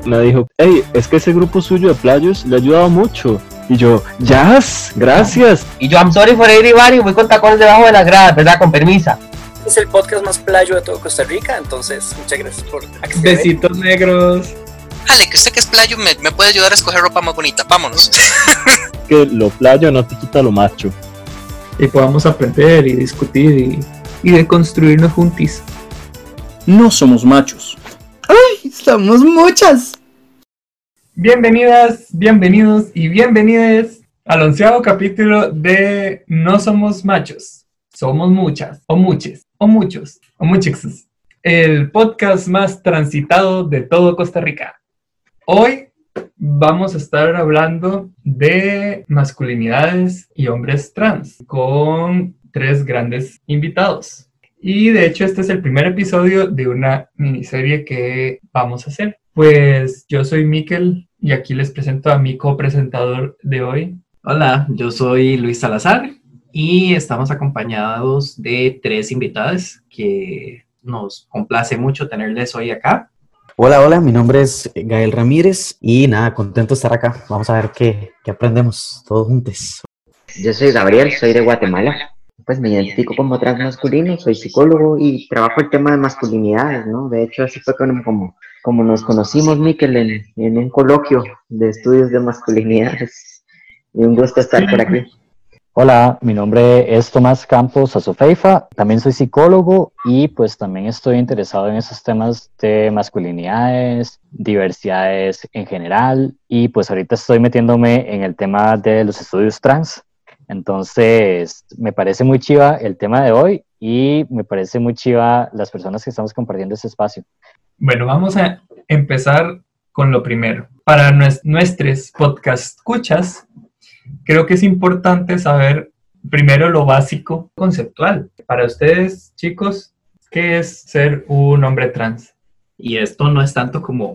me dijo, hey, es que ese grupo suyo de playos le ha ayudado mucho. Y yo, Jazz, gracias. Y yo, I'm sorry for everybody, voy con tacones debajo de las gradas, ¿verdad? Con permisa. Es el podcast más playo de todo Costa Rica, entonces muchas gracias por acceder. Besitos negros. Ale, que usted que es playo me puede ayudar a escoger ropa más bonita, vámonos. Que lo playo no te quita lo macho. Y podamos aprender y discutir y deconstruirnos juntis. No somos machos. ¡Ay, somos muchas! Bienvenidas, bienvenidos y bienvenides al 11º capítulo de No Somos Machos. Somos muchas, o muches, o muchos, o muchixes. El podcast más transitado de todo Costa Rica. Hoy vamos a estar hablando de masculinidades y hombres trans con 3 grandes invitados. Y de hecho este es el primer episodio de una miniserie que vamos a hacer. Pues yo soy Miquel y aquí les presento a mi copresentador de hoy. Hola, yo soy Luis Salazar y estamos acompañados de 3 invitadas que nos complace mucho tenerles hoy acá. Hola, mi nombre es Gael Ramírez y nada, contento de estar acá. Vamos a ver qué aprendemos todos juntos. Yo soy Gabriel, soy de Guatemala. Pues me identifico como transmasculino, soy psicólogo y trabajo el tema de masculinidades, ¿no? De hecho, así fue como nos conocimos, Miquel, en un coloquio de estudios de masculinidades. Y un gusto estar por aquí. Hola, mi nombre es Tomás Campos Azofeifa, también soy psicólogo y pues también estoy interesado en esos temas de masculinidades, diversidades en general y pues ahorita estoy metiéndome en el tema de los estudios trans. Entonces, me parece muy chiva el tema de hoy y me parece muy chiva las personas que estamos compartiendo este espacio. Bueno, vamos a empezar con lo primero. Para nuestros podcast escuchas, creo que es importante saber primero lo básico conceptual. Para ustedes, chicos, ¿qué es ser un hombre trans? Y esto no es tanto como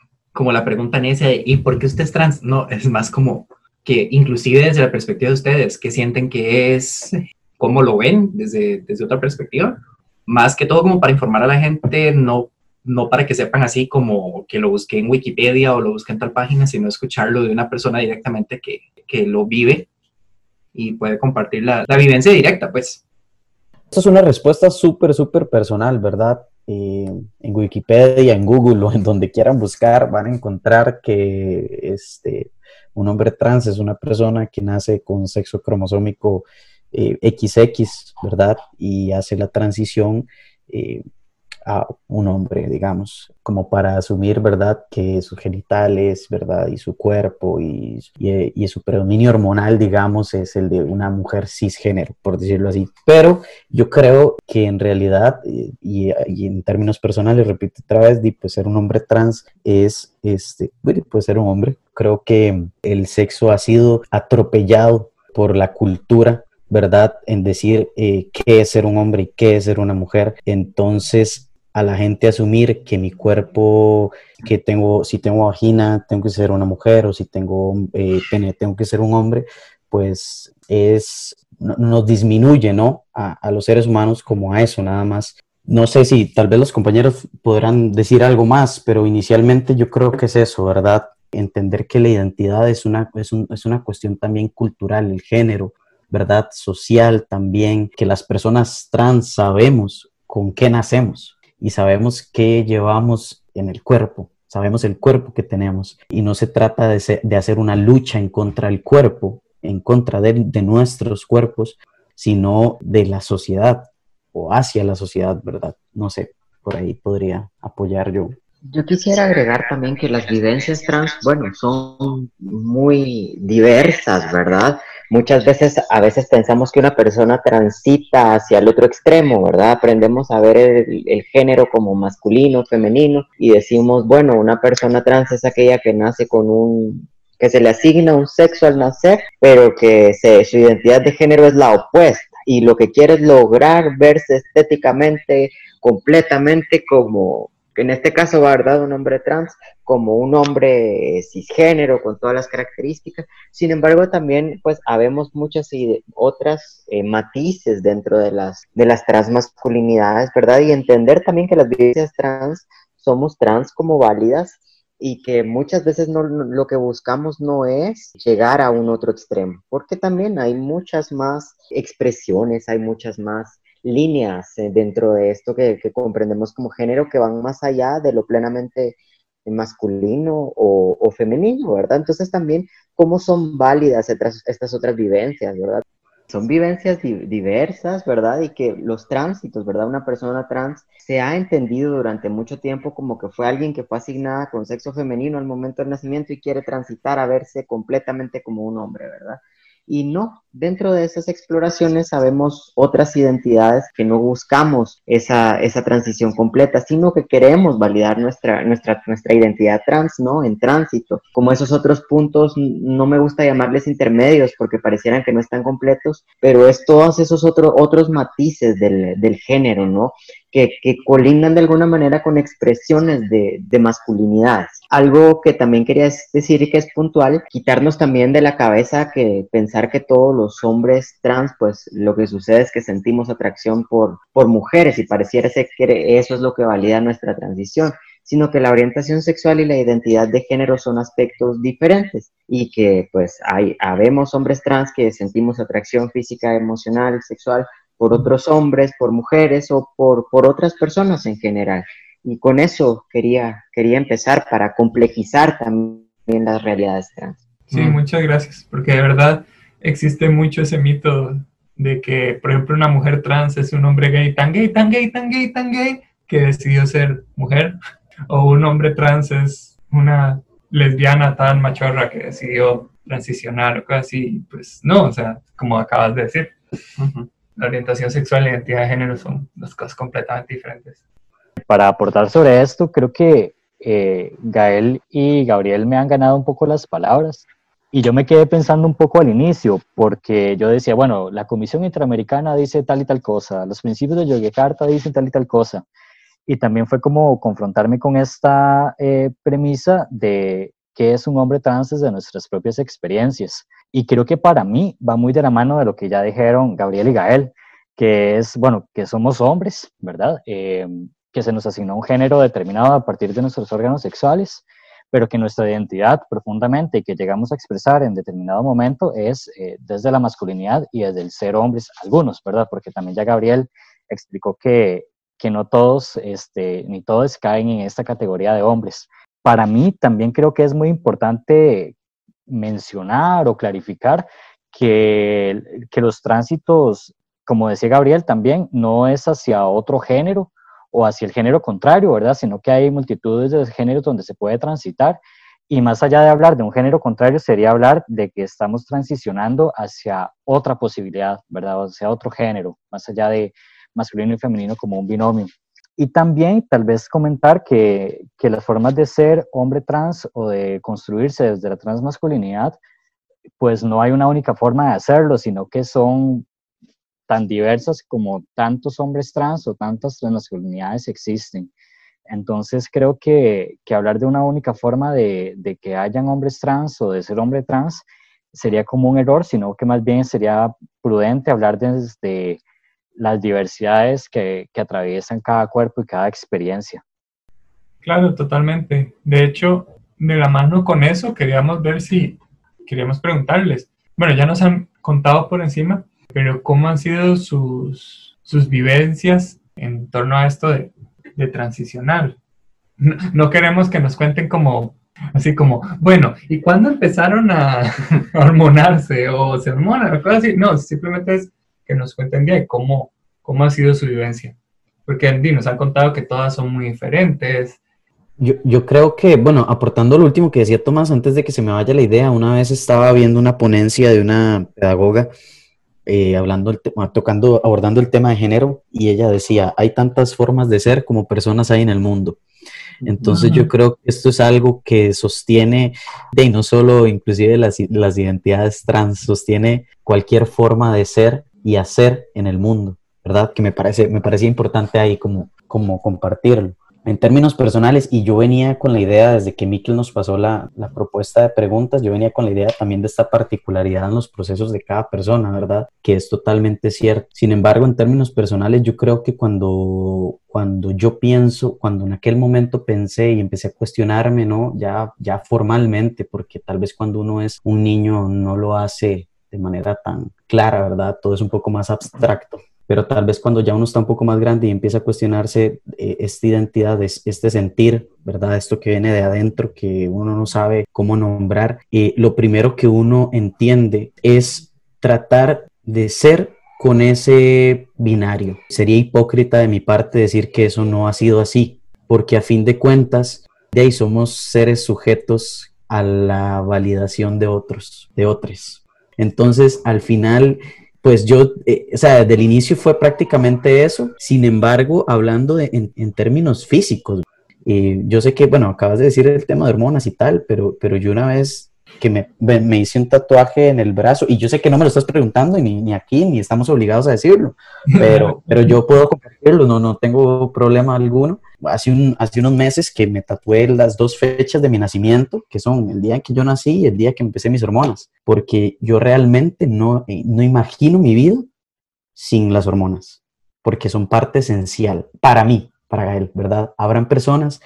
la pregunta necia de ¿y por qué usted es trans? No, es más como que inclusive desde la perspectiva de ustedes, ¿qué sienten que es? ¿Cómo lo ven desde otra perspectiva? Más que todo como para informar a la gente, no para que sepan así como que lo busqué en Wikipedia o lo busqué en tal página, sino escucharlo de una persona directamente que lo vive y puede compartir la vivencia directa, pues. Esto es una respuesta súper personal, ¿verdad? En Wikipedia, en Google o en donde quieran buscar, van a encontrar que un hombre trans es una persona que nace con sexo cromosómico XX, ¿verdad? Y hace la transición a un hombre, digamos, como para asumir, ¿verdad?, que sus genitales, ¿verdad?, y su cuerpo y su predominio hormonal, digamos, es el de una mujer cisgénero, por decirlo así. Pero yo creo que en realidad, y en términos personales, repito otra vez, pues ser un hombre trans es, puede ser un hombre. Creo que el sexo ha sido atropellado por la cultura, ¿verdad?, en decir qué es ser un hombre y qué es ser una mujer. Entonces, a la gente asumir que mi cuerpo, si tengo vagina, tengo que ser una mujer, o si tengo pene, tengo que ser un hombre, pues nos disminuye, ¿no?, a los seres humanos como a eso, nada más. No sé si tal vez los compañeros podrán decir algo más, pero inicialmente yo creo que es eso, ¿verdad? Entender que la identidad es una cuestión también cultural, el género, ¿verdad? Social también, que las personas trans sabemos con qué nacemos y sabemos qué llevamos en el cuerpo, sabemos el cuerpo que tenemos y no se trata de hacer una lucha en contra del cuerpo, en contra de nuestros cuerpos, sino de la sociedad o hacia la sociedad, ¿verdad? No sé, por ahí podría apoyar yo. Yo quisiera agregar también que las vivencias trans, bueno, son muy diversas, ¿verdad? A veces pensamos que una persona transita hacia el otro extremo, ¿verdad? Aprendemos a ver el género como masculino, femenino, y decimos, bueno, una persona trans es aquella que nace que se le asigna un sexo al nacer, pero que su identidad de género es la opuesta, y lo que quiere es lograr verse estéticamente, completamente como, en este caso, ¿verdad?, un hombre trans, como un hombre cisgénero con todas las características. Sin embargo, también pues habemos muchas otras matices dentro de las transmasculinidades, ¿verdad? Y entender también que las vivencias trans somos trans como válidas y que muchas veces lo que buscamos no es llegar a un otro extremo, porque también hay muchas más expresiones, hay muchas más líneas dentro de esto que comprendemos como género que van más allá de lo plenamente masculino o femenino, ¿verdad? Entonces también cómo son válidas estas otras vivencias, ¿verdad? Son vivencias diversas, ¿verdad? Y que los tránsitos, ¿verdad? Una persona trans se ha entendido durante mucho tiempo como que fue alguien que fue asignada con sexo femenino al momento del nacimiento y quiere transitar a verse completamente como un hombre, ¿verdad? Y no, dentro de esas exploraciones sabemos otras identidades que no buscamos esa transición completa, sino que queremos validar nuestra identidad trans, ¿no? En tránsito. Como esos otros puntos, no me gusta llamarles intermedios porque parecieran que no están completos, pero es todos esos otros matices del género, ¿no? Que colindan de alguna manera con expresiones de masculinidades. Algo que también quería decir y que es puntual, quitarnos también de la cabeza que pensar que todos los hombres trans, pues lo que sucede es que sentimos atracción por mujeres y pareciera ser que eso es lo que valida nuestra transición, sino que la orientación sexual y la identidad de género son aspectos diferentes y que pues habemos hombres trans que sentimos atracción física, emocional, sexual por otros hombres, por mujeres o por otras personas en general. Y con eso quería empezar para complejizar también las realidades trans. Sí, muchas gracias, porque de verdad existe mucho ese mito de que, por ejemplo, una mujer trans es un hombre gay, tan gay, tan gay, tan gay, tan gay, que decidió ser mujer, o un hombre trans es una lesbiana tan machorra que decidió transicionar o cosas así. Pues no, o sea, como acabas de decir, la orientación sexual y la identidad de género son dos cosas completamente diferentes. Para aportar sobre esto, creo que Gael y Gabriel me han ganado un poco las palabras. Y yo me quedé pensando un poco al inicio, porque yo decía, bueno, la Comisión Interamericana dice tal y tal cosa, los principios de Yogyakarta dicen tal y tal cosa. Y también fue como confrontarme con esta premisa de qué es un hombre trans desde nuestras propias experiencias. Y creo que para mí va muy de la mano de lo que ya dijeron Gabriel y Gael, que es, bueno, que somos hombres, ¿verdad? Que se nos asignó un género determinado a partir de nuestros órganos sexuales, pero que nuestra identidad profundamente y que llegamos a expresar en determinado momento es desde la masculinidad y desde el ser hombres, algunos, ¿verdad? Porque también ya Gabriel explicó que no todos, ni todos caen en esta categoría de hombres. Para mí también creo que es muy importante mencionar o clarificar que los tránsitos, como decía Gabriel también, no es hacia otro género o hacia el género contrario, ¿verdad? Sino que hay multitudes de géneros donde se puede transitar y más allá de hablar de un género contrario sería hablar de que estamos transicionando hacia otra posibilidad, ¿verdad? O hacia otro género, más allá de masculino y femenino como un binomio. Y también tal vez comentar que las formas de ser hombre trans o de construirse desde la transmasculinidad, pues no hay una única forma de hacerlo, sino que son tan diversas como tantos hombres trans o tantas transmasculinidades existen. Entonces creo que hablar de una única forma de que hayan hombres trans o de ser hombre trans sería como un error, sino que más bien sería prudente hablar desde las diversidades que atraviesan cada cuerpo y cada experiencia. Claro, totalmente. De hecho, de la mano con eso, queríamos preguntarles. Bueno, ya nos han contado por encima, pero ¿cómo han sido sus vivencias en torno a esto de transicionar? No queremos que nos cuenten así como, bueno, ¿y cuándo empezaron a hormonarse o se hormonan o cosas así? No, simplemente es que nos cuenten bien cómo ha sido su vivencia. Porque nos han contado que todas son muy diferentes. Yo creo que, bueno, aportando lo último que decía Tomás, antes de que se me vaya la idea, una vez estaba viendo una ponencia de una pedagoga abordando el tema de género y ella decía, hay tantas formas de ser como personas hay en el mundo. Entonces yo creo que esto es algo que sostiene, y no solo inclusive las identidades trans, sostiene cualquier forma de ser y hacer en el mundo, ¿verdad? Que me parece importante ahí como compartirlo. en términos personales, y yo venía con la idea, desde que Mikel nos pasó la propuesta de preguntas, yo venía con la idea también de esta particularidad en los procesos de cada persona, ¿verdad? Que es totalmente cierto. Sin embargo, en términos personales, yo creo que cuando yo pienso, cuando en aquel momento pensé y empecé a cuestionarme, ¿no? Ya formalmente, porque tal vez cuando uno es un niño no lo hace de manera tan clara, ¿verdad? Todo es un poco más abstracto. Pero tal vez cuando ya uno está un poco más grande y empieza a cuestionarse esta identidad, este sentir, ¿verdad? Esto que viene de adentro, que uno no sabe cómo nombrar, lo primero que uno entiende es tratar de ser con ese binario. Sería hipócrita de mi parte decir que eso no ha sido así, porque a fin de cuentas, de ahí somos seres sujetos a la validación de otros, de otros. Entonces, al final, pues yo, o sea, desde el inicio fue prácticamente eso. Sin embargo, hablando en términos físicos, yo sé que, bueno, acabas de decir el tema de hormonas y tal, pero yo una vez que me hice un tatuaje en el brazo, y yo sé que no me lo estás preguntando ni aquí, ni estamos obligados a decirlo, pero yo puedo compartirlo, no tengo problema alguno. Hace unos meses que me tatué las 2 fechas de mi nacimiento, que son el día en que yo nací y el día que empecé mis hormonas, porque yo realmente no imagino mi vida sin las hormonas, porque son parte esencial para mí, para Gael, ¿verdad? Habrán personas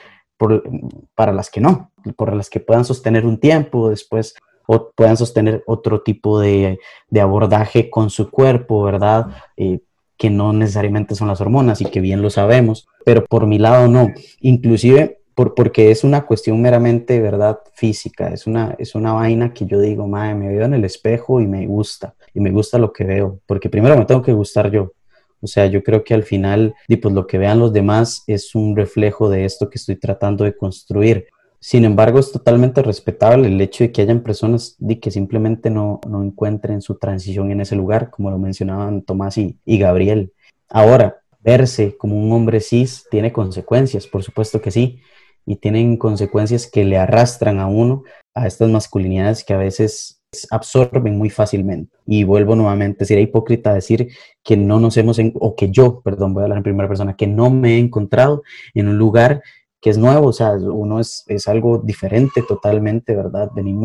para las que no, por las que puedan sostener un tiempo, después o puedan sostener otro tipo de abordaje con su cuerpo, ¿verdad? Que no necesariamente son las hormonas y que bien lo sabemos, pero por mi lado no, inclusive porque es una cuestión meramente, ¿verdad? Física, es una vaina que yo digo, madre, me veo en el espejo y me gusta lo que veo, porque primero me tengo que gustar yo. O sea, yo creo que al final, pues lo que vean los demás es un reflejo de esto que estoy tratando de construir. Sin embargo, es totalmente respetable el hecho de que hayan personas que simplemente no encuentren su transición en ese lugar, como lo mencionaban Tomás y Gabriel. Ahora, verse como un hombre cis tiene consecuencias, por supuesto que sí, y tienen consecuencias que le arrastran a uno a estas masculinidades que a veces absorben muy fácilmente. Y vuelvo nuevamente, sería hipócrita decir que no nos hemos, o que yo, perdón, voy a hablar en primera persona, que no me he encontrado en un lugar que es nuevo, o sea, uno es algo diferente totalmente, ¿verdad?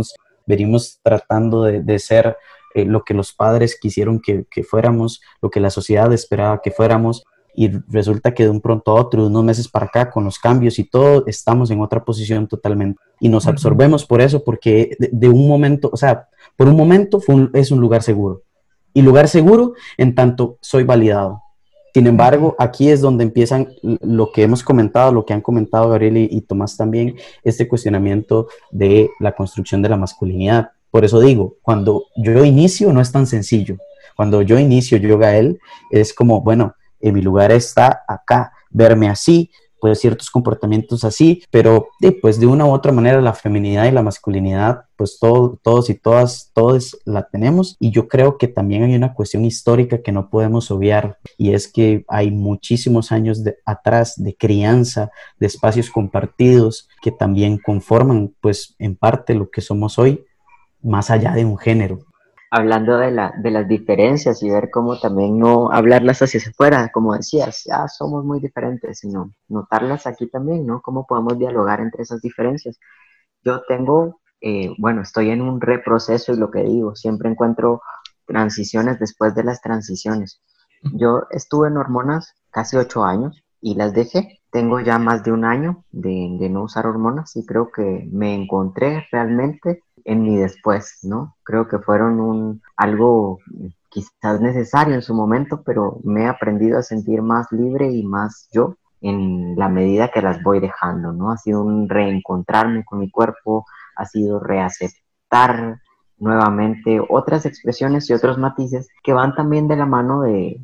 Venimos tratando de ser lo que los padres quisieron que fuéramos, lo que la sociedad esperaba que fuéramos, y resulta que de un pronto a otro, de unos meses para acá, con los cambios y todo, estamos en otra posición totalmente. Y nos absorbemos por eso, porque de un momento, o sea, por un momento es un lugar seguro. Y lugar seguro en tanto soy validado. Sin embargo, aquí es donde empiezan lo que hemos comentado, lo que han comentado Gabriel y Tomás también, este cuestionamiento de la construcción de la masculinidad. Por eso digo, cuando yo inicio no es tan sencillo. Cuando yo inicio, yo Gael, es como, bueno, mi lugar está acá, verme así, pues ciertos comportamientos así, pero pues de una u otra manera la feminidad y la masculinidad, pues todos y todas, todos la tenemos, y yo creo que también hay una cuestión histórica que no podemos obviar, y es que hay muchísimos años atrás de crianza, de espacios compartidos que también conforman pues en parte lo que somos hoy, más allá de un género. Hablando de las diferencias y ver cómo también no hablarlas hacia afuera, como decías, ya somos muy diferentes, sino notarlas aquí también, ¿no? Cómo podemos dialogar entre esas diferencias. Yo tengo, bueno, estoy en un reproceso y lo que digo, siempre encuentro transiciones después de las transiciones. Yo estuve en hormonas casi 8 años y las dejé. Tengo ya más de un año de no usar hormonas y creo que me encontré realmente en mi después, ¿no? Creo que fueron algo quizás necesario en su momento, pero me he aprendido a sentir más libre y más yo en la medida que las voy dejando, ¿no? Ha sido un reencontrarme con mi cuerpo, ha sido reaceptar nuevamente otras expresiones y otros matices que van también de la mano de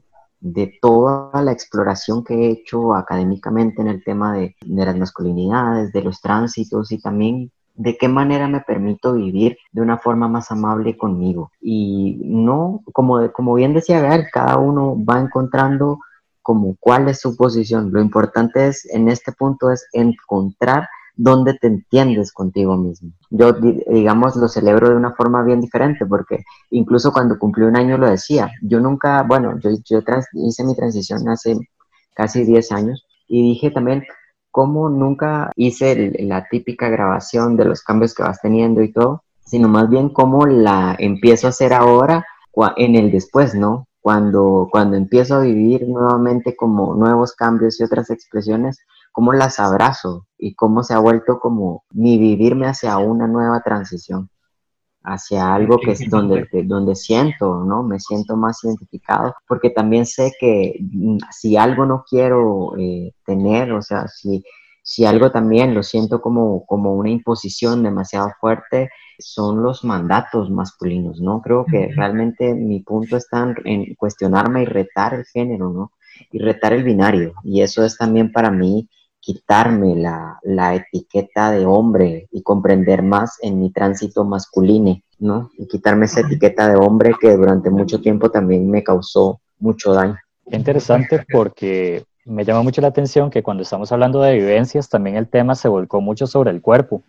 toda la exploración que he hecho académicamente en el tema de las masculinidades, de los tránsitos y también de qué manera me permito vivir de una forma más amable conmigo. Y no, como bien decía Gael, cada uno va encontrando como cuál es su posición. Lo importante es, en este punto, es encontrar dónde te entiendes contigo mismo. Yo, digamos, lo celebro de una forma bien diferente, porque incluso cuando cumplí un año lo decía. Yo nunca, bueno, yo hice mi transición hace casi 10 años y dije también, cómo nunca hice la típica grabación de los cambios que vas teniendo y todo, sino más bien cómo la empiezo a hacer ahora en el después, ¿no? Cuando empiezo a vivir nuevamente como nuevos cambios y otras expresiones, cómo las abrazo y cómo se ha vuelto como mi vivirme hacia una nueva transición, hacia algo que es donde siento, ¿no? Me siento más identificado, porque también sé que si algo no quiero tener, o sea, si algo también lo siento como una imposición demasiado fuerte, son los mandatos masculinos, ¿no? Creo que realmente mi punto está en cuestionarme y retar el género, ¿no? Y retar el binario, y eso es también para mí quitarme la etiqueta de hombre y comprender más en mi tránsito masculino, ¿no? Y quitarme esa etiqueta de hombre que durante mucho tiempo también me causó mucho daño. Interesante porque me llama mucho la atención que cuando estamos hablando de vivencias, también el tema se volcó mucho sobre el cuerpo.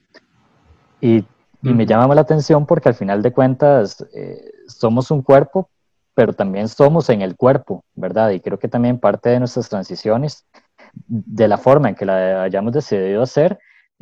Y me llama la atención porque al final de cuentas somos un cuerpo, pero también somos en el cuerpo, ¿verdad? Y creo que también parte de nuestras transiciones, de la forma en que la hayamos decidido hacer,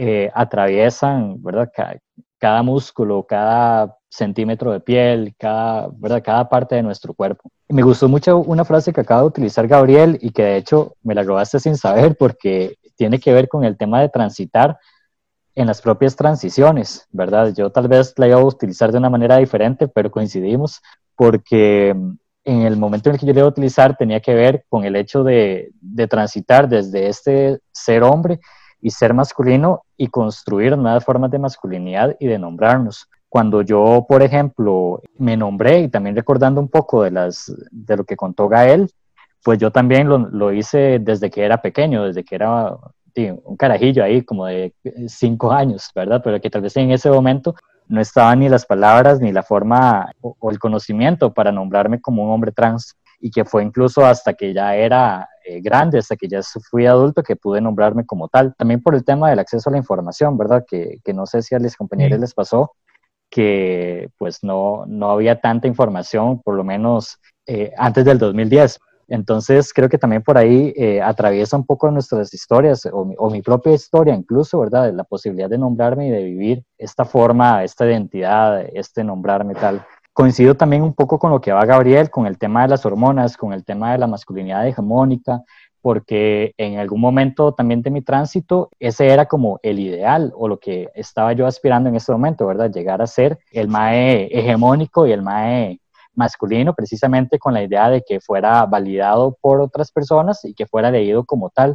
atraviesan, ¿verdad? Cada músculo, cada centímetro de piel, ¿verdad? Cada parte de nuestro cuerpo. Y me gustó mucho una frase que acaba de utilizar Gabriel y que de hecho me la robaste sin saber porque tiene que ver con el tema de transitar en las propias transiciones, ¿verdad? Yo tal vez la iba a utilizar de una manera diferente, pero coincidimos porque en el momento en el que yo la iba a utilizar tenía que ver con el hecho de transitar desde este ser hombre y ser masculino y construir nuevas formas de masculinidad y de nombrarnos. Cuando yo, por ejemplo, me nombré y también recordando un poco de lo que contó Gael, pues yo también lo hice desde que era pequeño, desde que era un carajillo ahí como de 5 años, ¿verdad? Pero que tal vez en ese momento no estaban ni las palabras ni la forma o el conocimiento para nombrarme como un hombre trans y que fue incluso hasta que ya era grande, hasta que ya fui adulto que pude nombrarme como tal. También por el tema del acceso a la información, ¿verdad? Que no sé si a los compañeros les pasó que pues no había tanta información, por lo menos antes del 2010. Entonces creo que también por ahí atraviesa un poco nuestras historias o mi propia historia incluso, ¿verdad? La posibilidad de nombrarme y de vivir esta forma, esta identidad, este nombrarme tal. Coincido también un poco con lo que va Gabriel, con el tema de las hormonas, con el tema de la masculinidad hegemónica, porque en algún momento también de mi tránsito, ese era como el ideal o lo que estaba yo aspirando en ese momento, ¿verdad? Llegar a ser el mae hegemónico y el mae masculino, precisamente con la idea de que fuera validado por otras personas y que fuera leído como tal.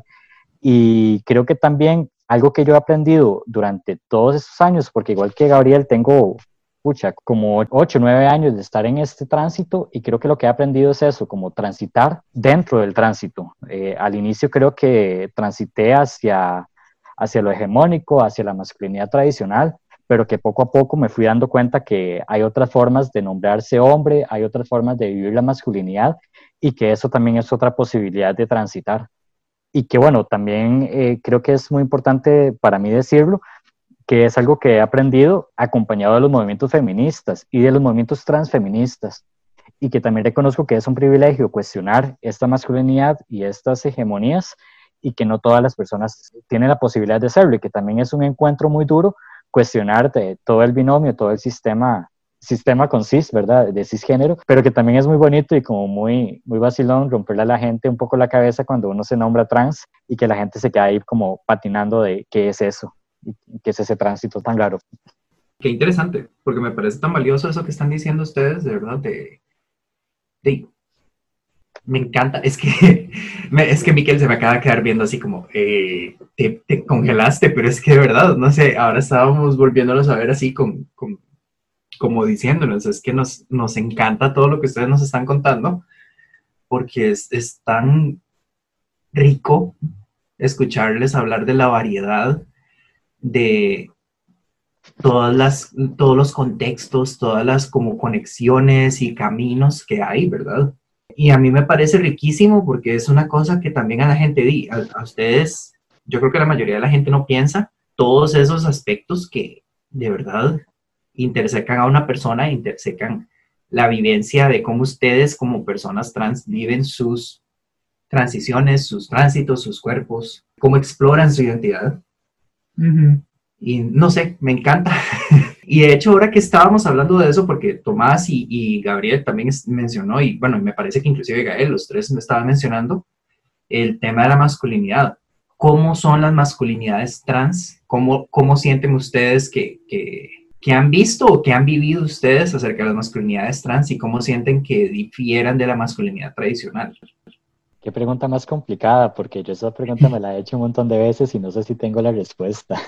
Y creo que también algo que yo he aprendido durante todos esos años, porque igual que Gabriel tengo como 8 o 9 años de estar en este tránsito y creo que lo que he aprendido es eso, como transitar dentro del tránsito. Al inicio creo que transité hacia lo hegemónico, hacia la masculinidad tradicional, pero que poco a poco me fui dando cuenta que hay otras formas de nombrarse hombre, hay otras formas de vivir la masculinidad y que eso también es otra posibilidad de transitar. Y que bueno, también creo que es muy importante para mí decirlo, que es algo que he aprendido acompañado de los movimientos feministas y de los movimientos transfeministas, y que también reconozco que es un privilegio cuestionar esta masculinidad y estas hegemonías, y que no todas las personas tienen la posibilidad de hacerlo, y que también es un encuentro muy duro cuestionar de todo el binomio, todo el sistema con cis, ¿verdad? De cisgénero, pero que también es muy bonito y como muy vacilón romperle a la gente un poco la cabeza cuando uno se nombra trans y que la gente se queda ahí como patinando de qué es eso. ¿Qué es ese tránsito tan raro? Qué interesante, porque me parece tan valioso eso que están diciendo ustedes, de verdad, me encanta, es que Miquel se me acaba de quedar viendo así como, te congelaste, pero es que de verdad, no sé, ahora estábamos volviéndonos a ver así como diciéndonos, es que nos encanta todo lo que ustedes nos están contando, porque es tan rico escucharles hablar de la variedad de todos los contextos, todas las como conexiones y caminos que hay, ¿verdad? Y a mí me parece riquísimo porque es una cosa que también a la gente, a ustedes, yo creo que la mayoría de la gente no piensa todos esos aspectos que de verdad intersecan a una persona, intersecan la vivencia de cómo ustedes como personas trans viven sus transiciones, sus tránsitos, sus cuerpos, cómo exploran su identidad. Ujú. Y no sé, me encanta. Y de hecho, ahora que estábamos hablando de eso, porque Tomás y Gabriel también mencionó, y bueno, me parece que inclusive Gael, los tres me estaban mencionando, el tema de la masculinidad. ¿Cómo son las masculinidades trans? ¿Cómo sienten ustedes que han visto o que han vivido ustedes acerca de las masculinidades trans y cómo sienten que difieran de la masculinidad tradicional? Qué pregunta más complicada, porque yo esa pregunta me la he hecho un montón de veces y no sé si tengo la respuesta.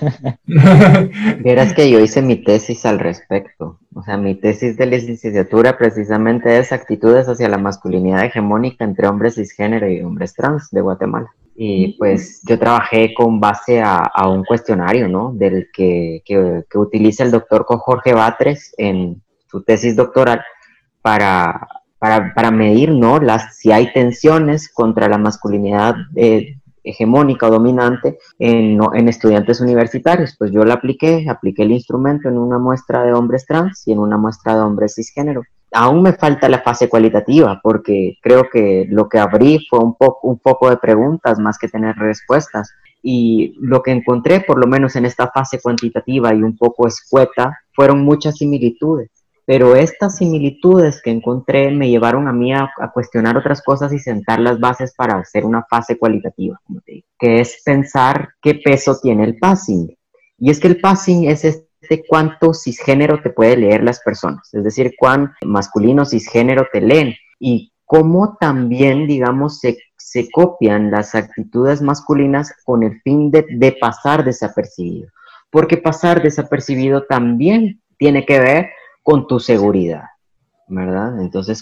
Vieras que yo hice mi tesis al respecto. O sea, mi tesis de licenciatura precisamente es actitudes hacia la masculinidad hegemónica entre hombres cisgénero y hombres trans de Guatemala. Y pues yo trabajé con base a un cuestionario, ¿no? Del que utiliza el doctor Jorge Batres en su tesis doctoral para, para medir, ¿no? Si hay tensiones contra la masculinidad hegemónica o dominante en estudiantes universitarios. Pues yo la apliqué el instrumento en una muestra de hombres trans y en una muestra de hombres cisgénero. Aún me falta la fase cualitativa porque creo que lo que abrí fue un poco de preguntas más que tener respuestas. Y lo que encontré, por lo menos en esta fase cuantitativa y un poco escueta, fueron muchas similitudes. Pero estas similitudes que encontré me llevaron a mí a cuestionar otras cosas y sentar las bases para hacer una fase cualitativa, como te digo, que es pensar qué peso tiene el passing. Y es que el passing es cuánto cisgénero te puede leer las personas, es decir, cuán masculino cisgénero te leen y cómo también, digamos, se copian las actitudes masculinas con el fin de pasar desapercibido. Porque pasar desapercibido también tiene que ver con tu seguridad, ¿verdad? Entonces,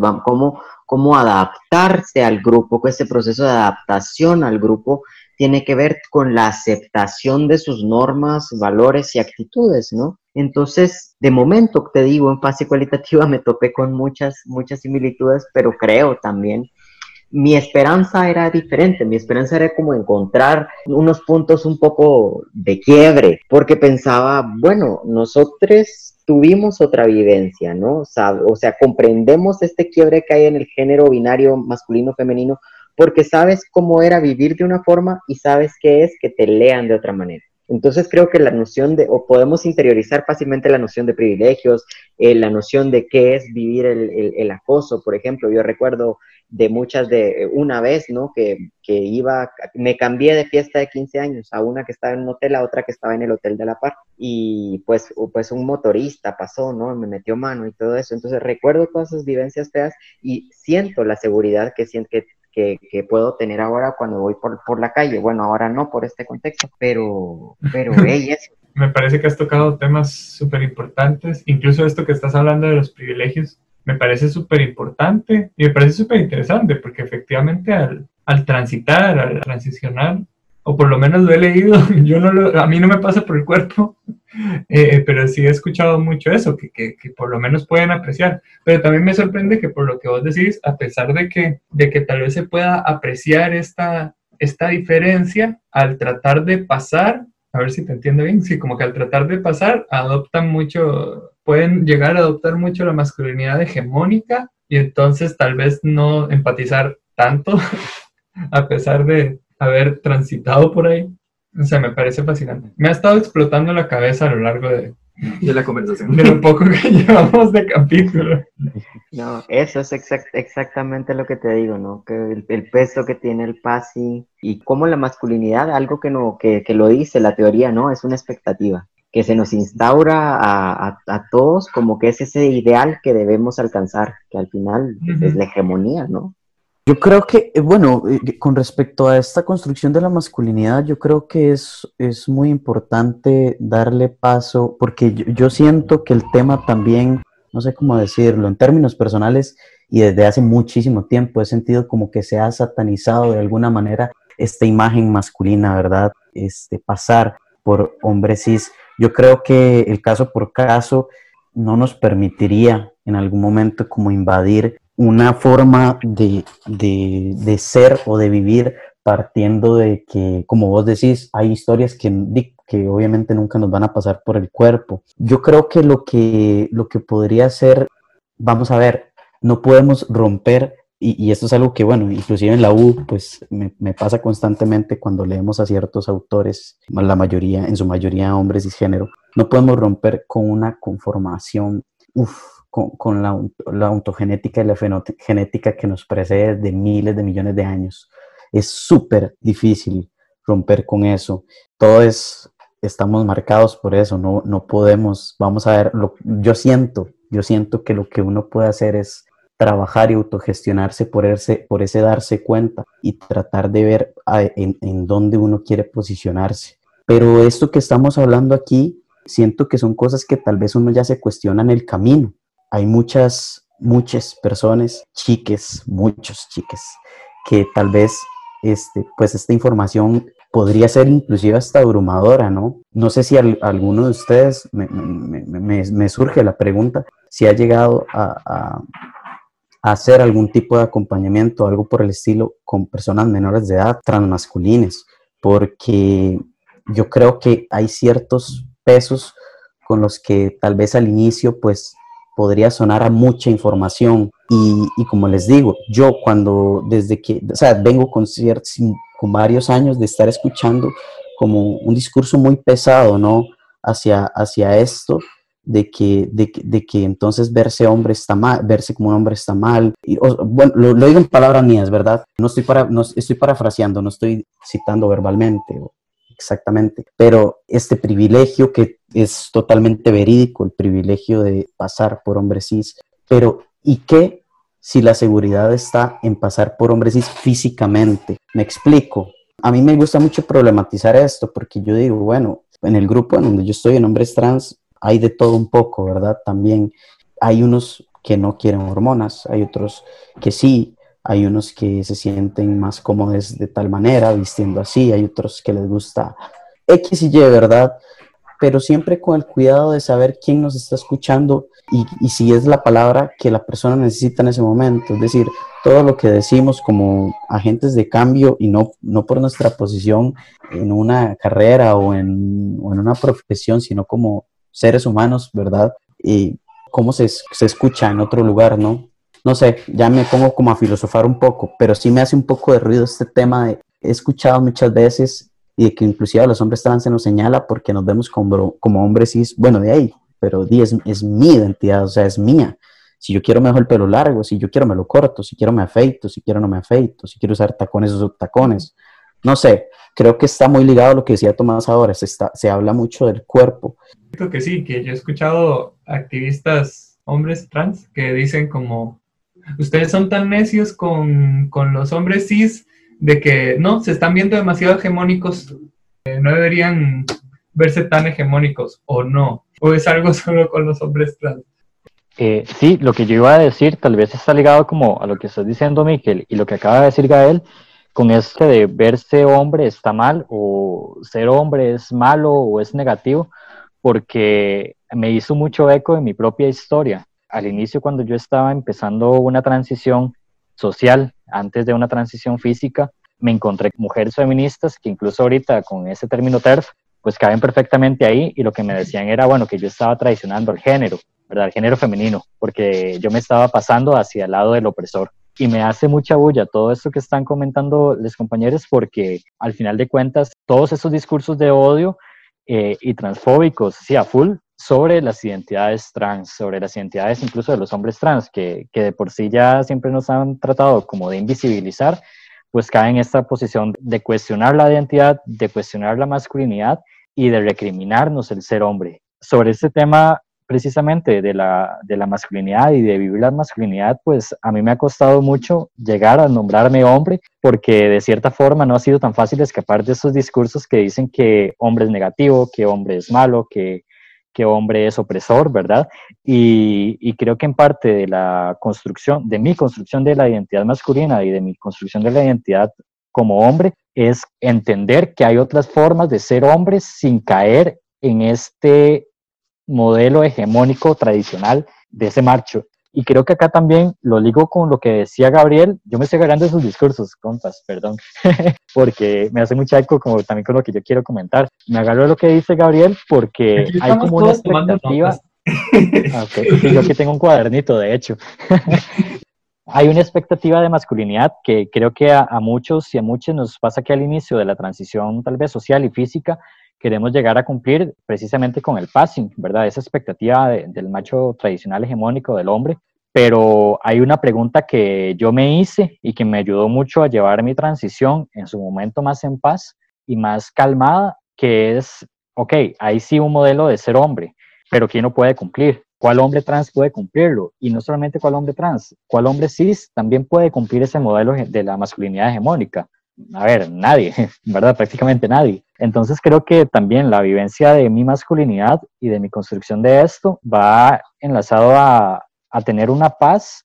cómo adaptarse al grupo, ese proceso de adaptación al grupo tiene que ver con la aceptación de sus normas, valores y actitudes, ¿no? Entonces, de momento, te digo, en fase cualitativa me topé con muchas similitudes, pero creo también mi esperanza era diferente, mi esperanza era como encontrar unos puntos un poco de quiebre, porque pensaba, bueno, nosotros tuvimos otra vivencia, ¿no? O sea, comprendemos este quiebre que hay en el género binario masculino-femenino, porque sabes cómo era vivir de una forma y sabes qué es que te lean de otra manera. Entonces creo que la noción o podemos interiorizar fácilmente la noción de privilegios, la noción de qué es vivir el acoso, por ejemplo. Yo recuerdo una vez, ¿no? Que me cambié de fiesta de 15 años, a una que estaba en un hotel, a otra que estaba en el hotel de la par, y pues un motorista pasó, ¿no? Me metió mano y todo eso. Entonces recuerdo todas esas vivencias feas y siento la seguridad que puedo tener ahora cuando voy por la calle. Bueno, ahora no por este contexto, pero hey, eso. Me parece que has tocado temas súper importantes, incluso esto que estás hablando de los privilegios, me parece súper importante y me parece súper interesante porque efectivamente al transitar, al transicionar, o por lo menos lo he leído, a mí no me pasa por el cuerpo, pero sí he escuchado mucho eso, que por lo menos pueden apreciar. Pero también me sorprende que por lo que vos decís, a pesar de que tal vez se pueda apreciar esta diferencia, al tratar de pasar, a ver si te entiendo bien, sí, como que al tratar de pasar, pueden llegar a adoptar mucho la masculinidad hegemónica y entonces tal vez no empatizar tanto, a pesar de haber transitado por ahí. O sea, me parece fascinante. Me ha estado explotando la cabeza a lo largo de la conversación. De lo poco que llevamos de capítulo. No, eso es exactamente lo que te digo, ¿no? Que el peso que tiene el passing y cómo la masculinidad, algo que lo dice la teoría, ¿no? Es una expectativa que se nos instaura a todos como que es ese ideal que debemos alcanzar, que al final es la hegemonía, ¿no? Yo creo que, bueno, con respecto a esta construcción de la masculinidad, yo creo que es muy importante darle paso, porque yo siento que el tema también, no sé cómo decirlo, en términos personales, y desde hace muchísimo tiempo he sentido como que se ha satanizado de alguna manera esta imagen masculina, ¿verdad? Pasar por hombres cis. Yo creo que el caso por caso no nos permitiría en algún momento como invadir una forma de ser o de vivir partiendo de que, como vos decís, hay historias que obviamente nunca nos van a pasar por el cuerpo. Yo creo que lo que podría ser, vamos a ver, no podemos romper y esto es algo que, bueno, inclusive en la U, pues me pasa constantemente cuando leemos a ciertos autores, la mayoría, en su mayoría hombres cisgénero, no podemos romper con una conformación, con la ontogenética y la fenogenética que nos precede de miles de millones de años. Es súper difícil romper con eso. Estamos marcados por eso, no podemos, vamos a ver, yo siento que lo que uno puede hacer es trabajar y autogestionarse por ese darse cuenta y tratar de ver en dónde uno quiere posicionarse. Pero esto que estamos hablando aquí, siento que son cosas que tal vez uno ya se cuestiona en el camino. Hay muchas personas, muchos chiques, que tal vez pues esta información podría ser inclusive hasta abrumadora, ¿no? No sé si alguno de ustedes, me surge la pregunta, si ha llegado a hacer algún tipo de acompañamiento, algo por el estilo, con personas menores de edad, transmasculines, porque yo creo que hay ciertos pesos con los que tal vez al inicio, pues, podría sonar a mucha información. Y como les digo, yo vengo con varios años de estar escuchando como un discurso muy pesado, ¿no? Hacia esto, de que entonces verse hombre está mal, verse como un hombre está mal. Bueno, lo digo en palabras mías, ¿verdad? No estoy parafraseando, no estoy citando verbalmente exactamente, pero este privilegio que es totalmente verídico, el privilegio de pasar por hombre cis, pero ¿y qué si la seguridad está en pasar por hombre cis físicamente? Me explico. A mí me gusta mucho problematizar esto porque yo digo, bueno, en el grupo en donde yo estoy, en hombres trans, hay de todo un poco, ¿verdad? También hay unos que no quieren hormonas, hay otros que sí, hay unos que se sienten más cómodos de tal manera, vistiendo así, hay otros que les gusta X y Y, ¿verdad? Pero siempre con el cuidado de saber quién nos está escuchando y si es la palabra que la persona necesita en ese momento. Es decir, todo lo que decimos como agentes de cambio y no por nuestra posición en una carrera o en una profesión, sino como seres humanos, ¿verdad? Y cómo se escucha en otro lugar, ¿no? No sé, ya me pongo como a filosofar un poco, pero sí me hace un poco de ruido este tema he escuchado muchas veces y de que inclusive a los hombres trans se nos señala porque nos vemos como hombres cis, bueno, de ahí, pero es mi identidad, o sea, es mía. Si yo quiero me dejo el pelo largo, si yo quiero me lo corto, si quiero me afeito, si quiero no me afeito, si quiero usar tacones uso tacones. No sé, creo que está muy ligado a lo que decía Tomás ahora, se habla mucho del cuerpo. Creo que sí, que yo he escuchado activistas hombres trans que dicen como, ustedes son tan necios con los hombres cis de que no, se están viendo demasiado hegemónicos, no deberían verse tan hegemónicos, o no, o es algo solo con los hombres trans. Sí, lo que yo iba a decir tal vez está ligado como a lo que estás diciendo, Miquel, y lo que acaba de decir Gael, con este de verse hombre está mal, o ser hombre es malo o es negativo, porque me hizo mucho eco en mi propia historia. Al inicio, cuando yo estaba empezando una transición social, antes de una transición física, me encontré mujeres feministas que incluso ahorita con ese término TERF, pues caben perfectamente ahí, y lo que me decían era, bueno, que yo estaba traicionando el género, ¿verdad? El género femenino, porque yo me estaba pasando hacia el lado del opresor. Y me hace mucha bulla todo esto que están comentando los compañeros, porque al final de cuentas, todos esos discursos de odio y transfóbicos, sí, a full, sobre las identidades trans, sobre las identidades incluso de los hombres trans, que de por sí ya siempre nos han tratado como de invisibilizar, pues cae en esta posición de cuestionar la identidad, de cuestionar la masculinidad y de recriminarnos el ser hombre. Sobre este tema precisamente de la masculinidad y de vivir la masculinidad, pues a mí me ha costado mucho llegar a nombrarme hombre, porque de cierta forma no ha sido tan fácil escapar de esos discursos que dicen que hombre es negativo, que hombre es malo, que hombre es opresor, ¿verdad? Y creo que en parte de la construcción, de mi construcción de la identidad masculina y de mi construcción de la identidad como hombre, es entender que hay otras formas de ser hombres sin caer en este modelo hegemónico tradicional de ese macho. Y creo que acá también lo ligo con lo que decía Gabriel. Yo me estoy agarrando de sus discursos, compas, perdón, porque me hace mucha eco como también con lo que yo quiero comentar. Me agarro de lo que dice Gabriel porque hay como una expectativa. Okay, sí, yo aquí tengo un cuadernito, de hecho. Hay una expectativa de masculinidad que creo que a muchos y a muchas nos pasa que al inicio de la transición tal vez social y física queremos llegar a cumplir precisamente con el passing, ¿verdad? Esa expectativa del macho tradicional hegemónico del hombre. Pero hay una pregunta que yo me hice y que me ayudó mucho a llevar mi transición en su momento más en paz y más calmada, que es, ok, hay sí un modelo de ser hombre, pero ¿quién lo puede cumplir? ¿Cuál hombre trans puede cumplirlo? Y no solamente cuál hombre trans, cuál hombre cis también puede cumplir ese modelo de la masculinidad hegemónica. A ver, nadie, ¿verdad? Prácticamente nadie. Entonces creo que también la vivencia de mi masculinidad y de mi construcción de esto va enlazado a tener una paz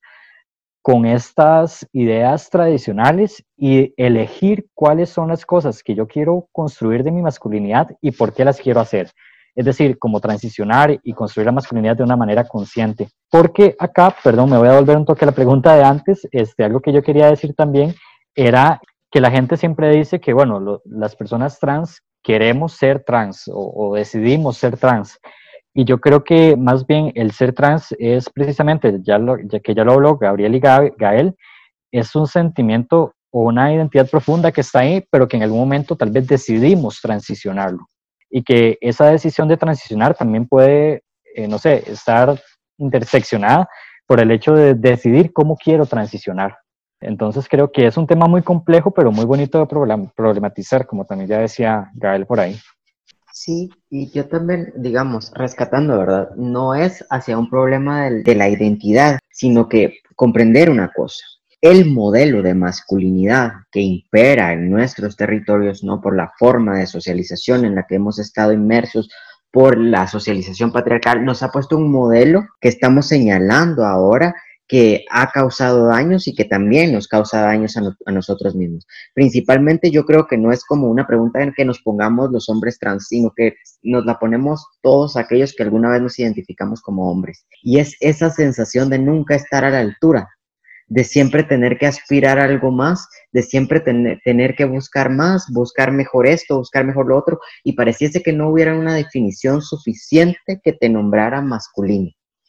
con estas ideas tradicionales y elegir cuáles son las cosas que yo quiero construir de mi masculinidad y por qué las quiero hacer. Es decir, como transicionar y construir la masculinidad de una manera consciente. Porque acá, perdón, me voy a volver un toque a la pregunta de antes, algo que yo quería decir también era que la gente siempre dice que, bueno, las personas trans queremos ser trans o decidimos ser trans. Y yo creo que más bien el ser trans es precisamente, ya que ya lo habló Gabriel y Gael, es un sentimiento o una identidad profunda que está ahí, pero que en algún momento tal vez decidimos transicionarlo. Y que esa decisión de transicionar también puede, no sé, estar interseccionada por el hecho de decidir cómo quiero transicionar. Entonces creo que es un tema muy complejo, pero muy bonito de problematizar, como también ya decía Gael por ahí. Sí, y yo también, digamos, rescatando, ¿verdad? No es hacia un problema de la identidad, sino que comprender una cosa. El modelo de masculinidad que impera en nuestros territorios, ¿no? Por la forma de socialización en la que hemos estado inmersos, por la socialización patriarcal, nos ha puesto un modelo que estamos señalando ahora que ha causado daños y que también nos causa daños a nosotros mismos. Principalmente yo creo que no es como una pregunta en que nos pongamos los hombres trans, sino que nos la ponemos todos aquellos que alguna vez nos identificamos como hombres. Y es esa sensación de nunca estar a la altura, de siempre tener que aspirar a algo más, de siempre tener que buscar más, buscar mejor esto, buscar mejor lo otro, y pareciese que no hubiera una definición suficiente que te nombrara masculino.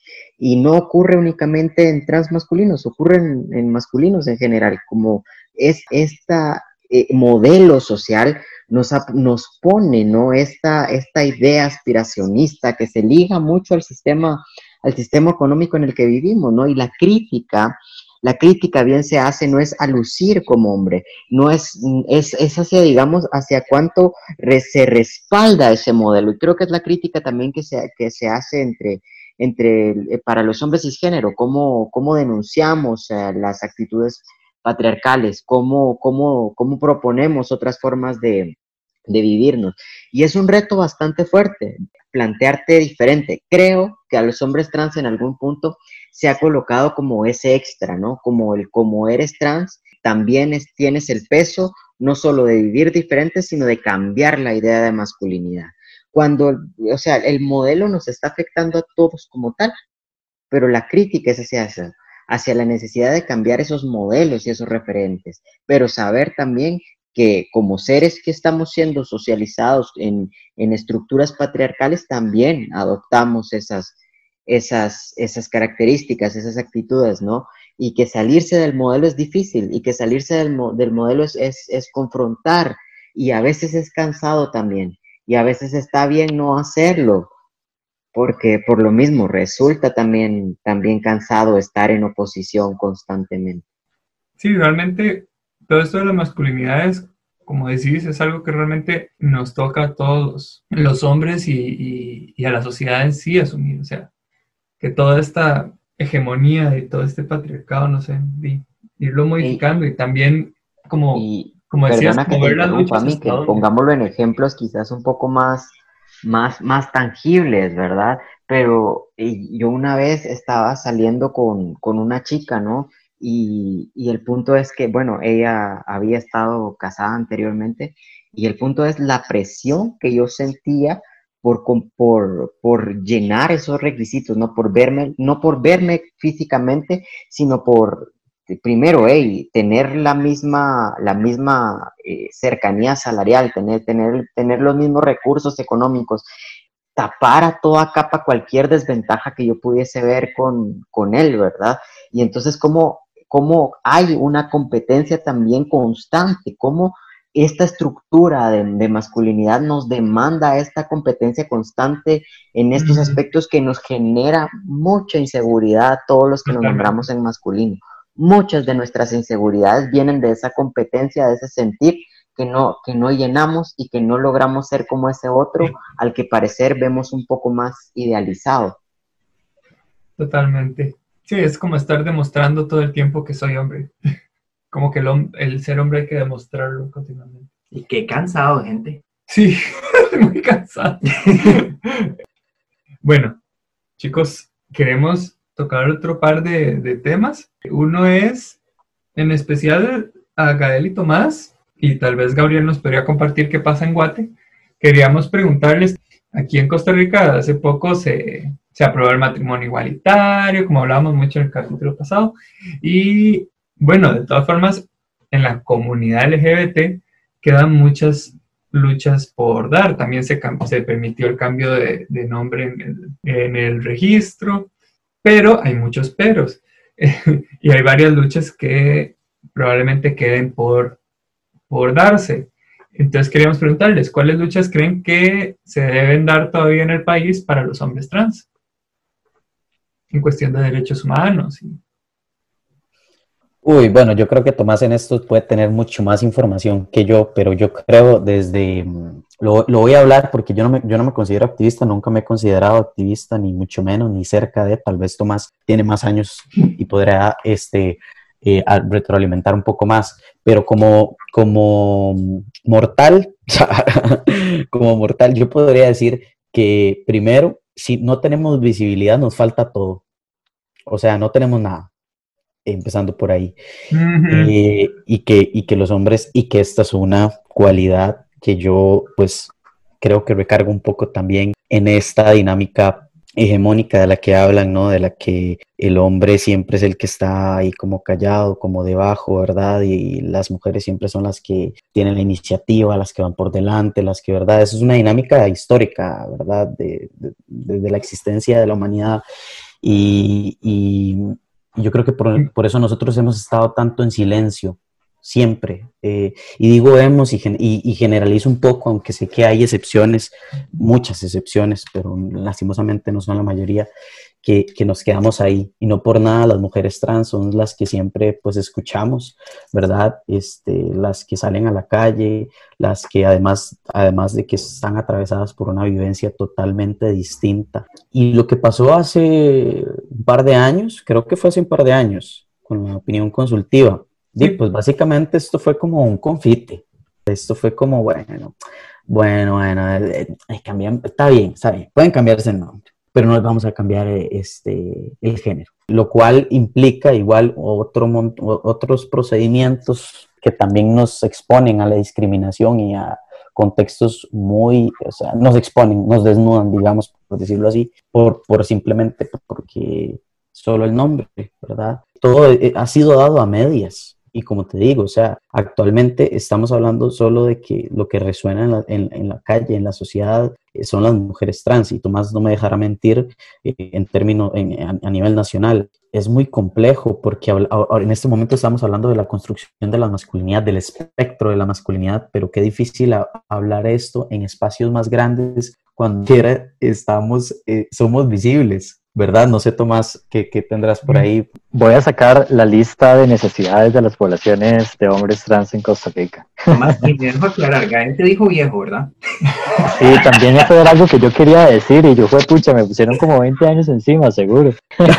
Y no ocurre únicamente en transmasculinos, ocurre en masculinos en general, como es esta modelo social nos pone, ¿no? Esta idea aspiracionista que se liga mucho al sistema económico en el que vivimos, ¿no? Y la crítica bien se hace, no es a lucir como hombre, no es hacia, digamos, hacia cuánto se respalda ese modelo. Y creo que es la crítica también que se hace para los hombres cisgénero, cómo denunciamos las actitudes patriarcales, cómo proponemos otras formas de vivirnos. Y es un reto bastante fuerte, plantearte diferente. Creo que a los hombres trans en algún punto se ha colocado como ese extra, ¿no? Como eres trans, también tienes el peso no solo de vivir diferente, sino de cambiar la idea de masculinidad. Cuando, o sea, el modelo nos está afectando a todos como tal, pero la crítica es hacia la necesidad de cambiar esos modelos y esos referentes, pero saber también que como seres que estamos siendo socializados en estructuras patriarcales, también adoptamos esas características, esas actitudes, ¿no? Y que salirse del modelo es difícil, y que salirse del modelo es confrontar, y a veces es cansado también, y a veces está bien no hacerlo, porque por lo mismo resulta también cansado estar en oposición constantemente. Sí, realmente todo esto de las masculinidades, como decís, es algo que realmente nos toca a todos los hombres y a la sociedad en sí asumir. O sea, que toda esta hegemonía y todo este patriarcado, no sé, irlo modificando y también, como decías, Perdona que como te ver las interrumpa, luchas hasta Miquel, dónde. pongámoslo en ejemplos quizás un poco más tangibles, ¿verdad? Pero yo una vez estaba saliendo con una chica, ¿no? Y el punto es que, bueno, ella había estado casada anteriormente, y el punto es la presión que yo sentía por llenar esos requisitos, no por verme físicamente, sino por primero, tener la misma cercanía salarial, tener los mismos recursos económicos, tapar a toda capa cualquier desventaja que yo pudiese ver con él, ¿verdad? Y entonces, cómo hay una competencia también constante, cómo esta estructura de masculinidad nos demanda esta competencia constante en estos aspectos que nos genera mucha inseguridad a todos los que nos nombramos en masculino. Muchas de nuestras inseguridades vienen de esa competencia, de ese sentir que no llenamos y que no logramos ser como ese otro al que parecer vemos un poco más idealizado. Totalmente. Sí, es como estar demostrando todo el tiempo que soy hombre. Como que el ser hombre hay que demostrarlo continuamente. Y qué cansado, gente. Sí, muy cansado. Bueno, chicos, queremos tocar otro par de temas. Uno es, en especial, a Gael y Tomás, y tal vez Gabriel nos podría compartir qué pasa en Guate. Queríamos preguntarles, aquí en Costa Rica hace poco se aprobó el matrimonio igualitario, como hablábamos mucho en el capítulo pasado, y bueno, de todas formas, en la comunidad LGBT quedan muchas luchas por dar. También se permitió el cambio de nombre en el registro, pero hay muchos peros. Y hay varias luchas que probablemente queden por darse. Entonces queríamos preguntarles, ¿cuáles luchas creen que se deben dar todavía en el país para los hombres trans? En cuestión de derechos humanos. Uy, bueno, yo creo que Tomás en esto puede tener mucho más información que yo, pero yo creo lo voy a hablar porque yo no me considero activista, nunca me he considerado activista, ni mucho menos, ni cerca de, tal vez Tomás tiene más años y podrá retroalimentar un poco más, pero como mortal, como mortal, yo podría decir que primero, si no tenemos visibilidad, nos falta todo, o sea, no tenemos nada. Empezando por ahí, y que los hombres, y que esta es una cualidad que yo pues creo que recargo un poco también en esta dinámica hegemónica de la que hablan, ¿no? De la que el hombre siempre es el que está ahí como callado, como debajo, ¿verdad? Y las mujeres siempre son las que tienen la iniciativa, las que van por delante, las que, ¿verdad? Eso es una dinámica histórica, ¿verdad? De la existencia de la humanidad. Y yo creo que por eso nosotros hemos estado tanto en silencio, siempre. Y digo hemos y generalizo un poco, aunque sé que hay excepciones, muchas excepciones, pero lastimosamente no son la mayoría, que nos quedamos ahí. Y no por nada las mujeres trans son las que siempre pues escuchamos, ¿verdad? Las que salen a la calle, las que además de que están atravesadas por una vivencia totalmente distinta. Y lo que pasó hace un par de años, creo que fue hace un par de años, con la opinión consultiva, pues básicamente esto fue como un confite. Esto fue como, bueno, está bien, pueden cambiarse el nombre, pero no les vamos a cambiar el género, lo cual implica igual otros procedimientos que también nos exponen a la discriminación y a contextos nos exponen, nos desnudan, digamos, por decirlo así, simplemente porque solo el nombre, ¿verdad? Todo ha sido dado a medias. Y como te digo, actualmente estamos hablando solo de que lo que resuena en la calle, en la sociedad, son las mujeres trans. Y Tomás no me dejará mentir a nivel nacional. Es muy complejo porque en este momento estamos hablando de la construcción de la masculinidad, del espectro de la masculinidad, pero qué difícil hablar esto en espacios más grandes cuando somos visibles. ¿Verdad? No sé, Tomás, ¿qué tendrás por ahí? Voy a sacar la lista de necesidades de las poblaciones de hombres trans en Costa Rica. Tomás, y me dejo aclarar, Gael te dijo viejo, ¿verdad? Sí, también eso era algo que yo quería decir y yo pucha, me pusieron como 20 años encima, seguro.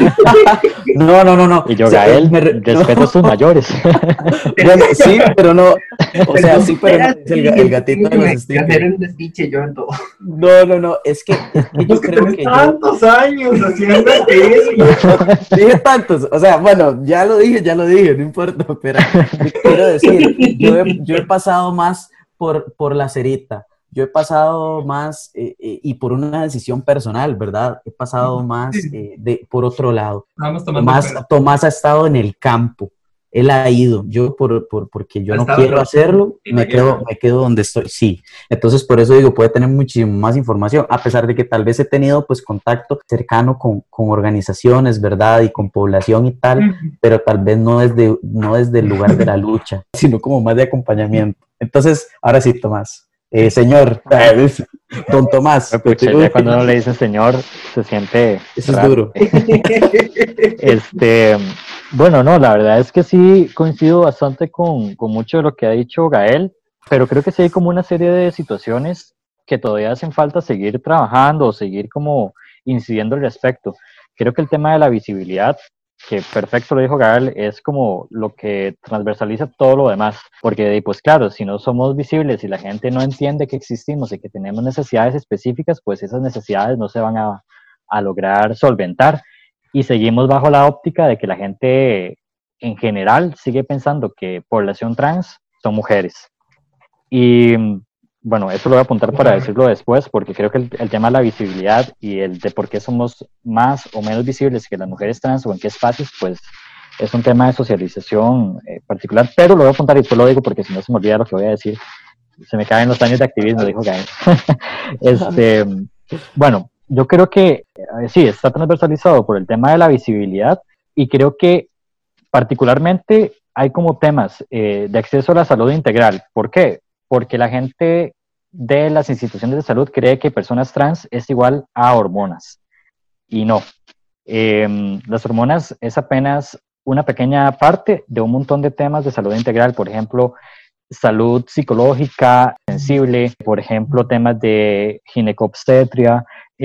No. Y yo, Gael, respeto a sus mayores. Bueno, sí, pero no. O sea, sí, pero no es el gatito de los stickers. No, es que yo creo que tantos años haciendo eso. Dije tantos, o sea, bueno, ya lo dije, no importa, pero quiero decir, yo he pasado más por la cerita, yo he pasado más, y por una decisión personal, ¿verdad? He pasado más por otro lado. Tomás ha estado en el campo, él ha ido. Yo porque yo Ha no estado quiero hacerlo, en la me quedo donde estoy. Sí, entonces por eso digo, puede tener muchísimo más información, a pesar de que tal vez he tenido pues contacto cercano con organizaciones, ¿verdad? Y con población y tal, pero tal vez no desde el lugar de la lucha, sino como más de acompañamiento. Entonces, ahora sí, Tomás. Señor, don Tomás, Pucha, ya cuando uno le dice señor, se siente eso es raro. duro. Bueno, no, la verdad es que sí coincido bastante con mucho de lo que ha dicho Gael, pero creo que sí hay como una serie de situaciones que todavía hacen falta seguir trabajando o seguir como incidiendo al respecto. Creo que el tema de la visibilidad, que perfecto lo dijo Gael, es como lo que transversaliza todo lo demás, porque pues claro, si no somos visibles y la gente no entiende que existimos y que tenemos necesidades específicas, pues esas necesidades no se van a lograr solventar y seguimos bajo la óptica de que la gente en general sigue pensando que población trans son mujeres. Y bueno, eso lo voy a apuntar para decirlo después, porque creo que el tema de la visibilidad y el de por qué somos más o menos visibles que las mujeres trans o en qué espacios, pues es un tema de socialización particular, pero lo voy a apuntar y después lo digo porque si no se me olvida lo que voy a decir. Se me caen los años de activismo, dijo Gael. Bueno, yo creo que sí, está transversalizado por el tema de la visibilidad y creo que particularmente hay como temas de acceso a la salud integral. ¿Por qué? Porque la gente de las instituciones de salud cree que personas trans es igual a hormonas y no. Las hormonas es apenas una pequeña parte de un montón de temas de salud integral, por ejemplo, salud psicológica sensible, por ejemplo, temas de ginecobstetria,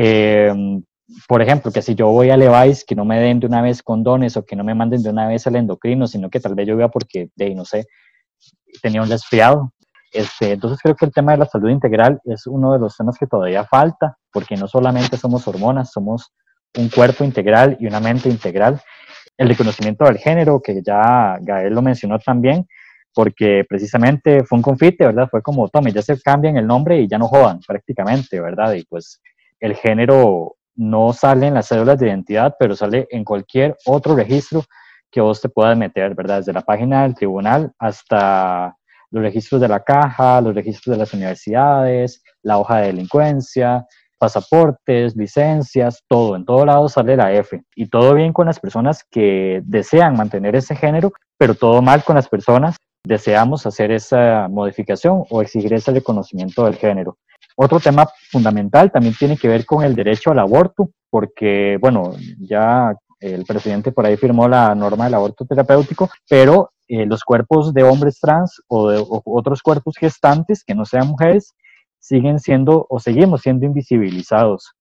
por ejemplo, que si yo voy a Levi's, que no me den de una vez condones o que no me manden de una vez al endocrino, sino que tal vez yo vea porque, no sé, tenía un resfriado. Entonces creo que el tema de la salud integral es uno de los temas que todavía falta, porque no solamente somos hormonas, somos un cuerpo integral y una mente integral. El reconocimiento del género, que ya Gael lo mencionó también, porque precisamente fue un confite, ¿verdad? Fue como, tome, ya se cambian el nombre y ya no jodan prácticamente, ¿verdad? Y pues el género no sale en las cédulas de identidad, pero sale en cualquier otro registro que vos te puedas meter, ¿verdad? Desde la página del tribunal hasta los registros de la caja, los registros de las universidades, la hoja de delincuencia, pasaportes, licencias, todo, en todo lado sale la F. Y todo bien con las personas que desean mantener ese género, pero todo mal con las personas que deseamos hacer esa modificación o exigir ese reconocimiento del género. Otro tema fundamental también tiene que ver con el derecho al aborto, porque, bueno, ya el presidente por ahí firmó la norma del aborto terapéutico, pero los cuerpos de hombres trans o otros cuerpos gestantes que no sean mujeres siguen siendo o seguimos siendo invisibilizados.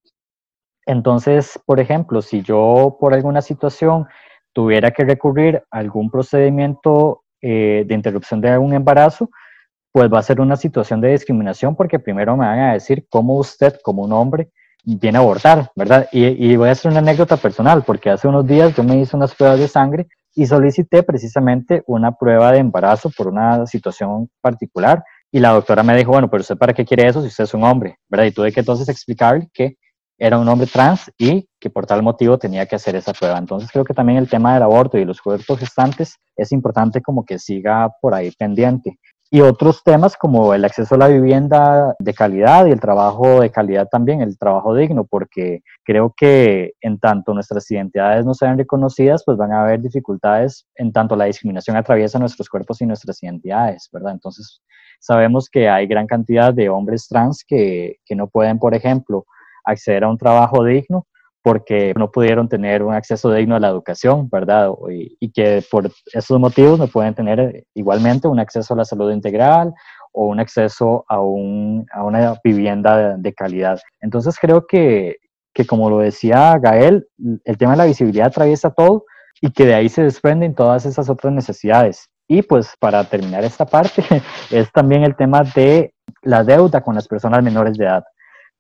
Entonces, por ejemplo, si yo por alguna situación tuviera que recurrir a algún procedimiento de interrupción de un embarazo, pues va a ser una situación de discriminación porque primero me van a decir cómo usted, como un hombre, viene a abortar, ¿verdad? Y voy a hacer una anécdota personal porque hace unos días yo me hice unas pruebas de sangre y solicité precisamente una prueba de embarazo por una situación particular y la doctora me dijo, bueno, pero usted para qué quiere eso si usted es un hombre, ¿verdad? Y tuve que entonces explicarle que era un hombre trans y que por tal motivo tenía que hacer esa prueba. Entonces creo que también el tema del aborto y los cuerpos gestantes es importante como que siga por ahí pendiente. Y otros temas como el acceso a la vivienda de calidad y el trabajo de calidad también, el trabajo digno, porque creo que en tanto nuestras identidades no sean reconocidas, pues van a haber dificultades en tanto la discriminación atraviesa nuestros cuerpos y nuestras identidades, ¿verdad? Entonces sabemos que hay gran cantidad de hombres trans que no pueden, por ejemplo, acceder a un trabajo digno porque no pudieron tener un acceso digno a la educación, ¿verdad? Y que por esos motivos no pueden tener igualmente un acceso a la salud integral o un acceso a una vivienda de calidad. Entonces creo que como lo decía Gael, el tema de la visibilidad atraviesa todo y que de ahí se desprenden todas esas otras necesidades. Y pues para terminar esta parte, es también el tema de la deuda con las personas menores de edad,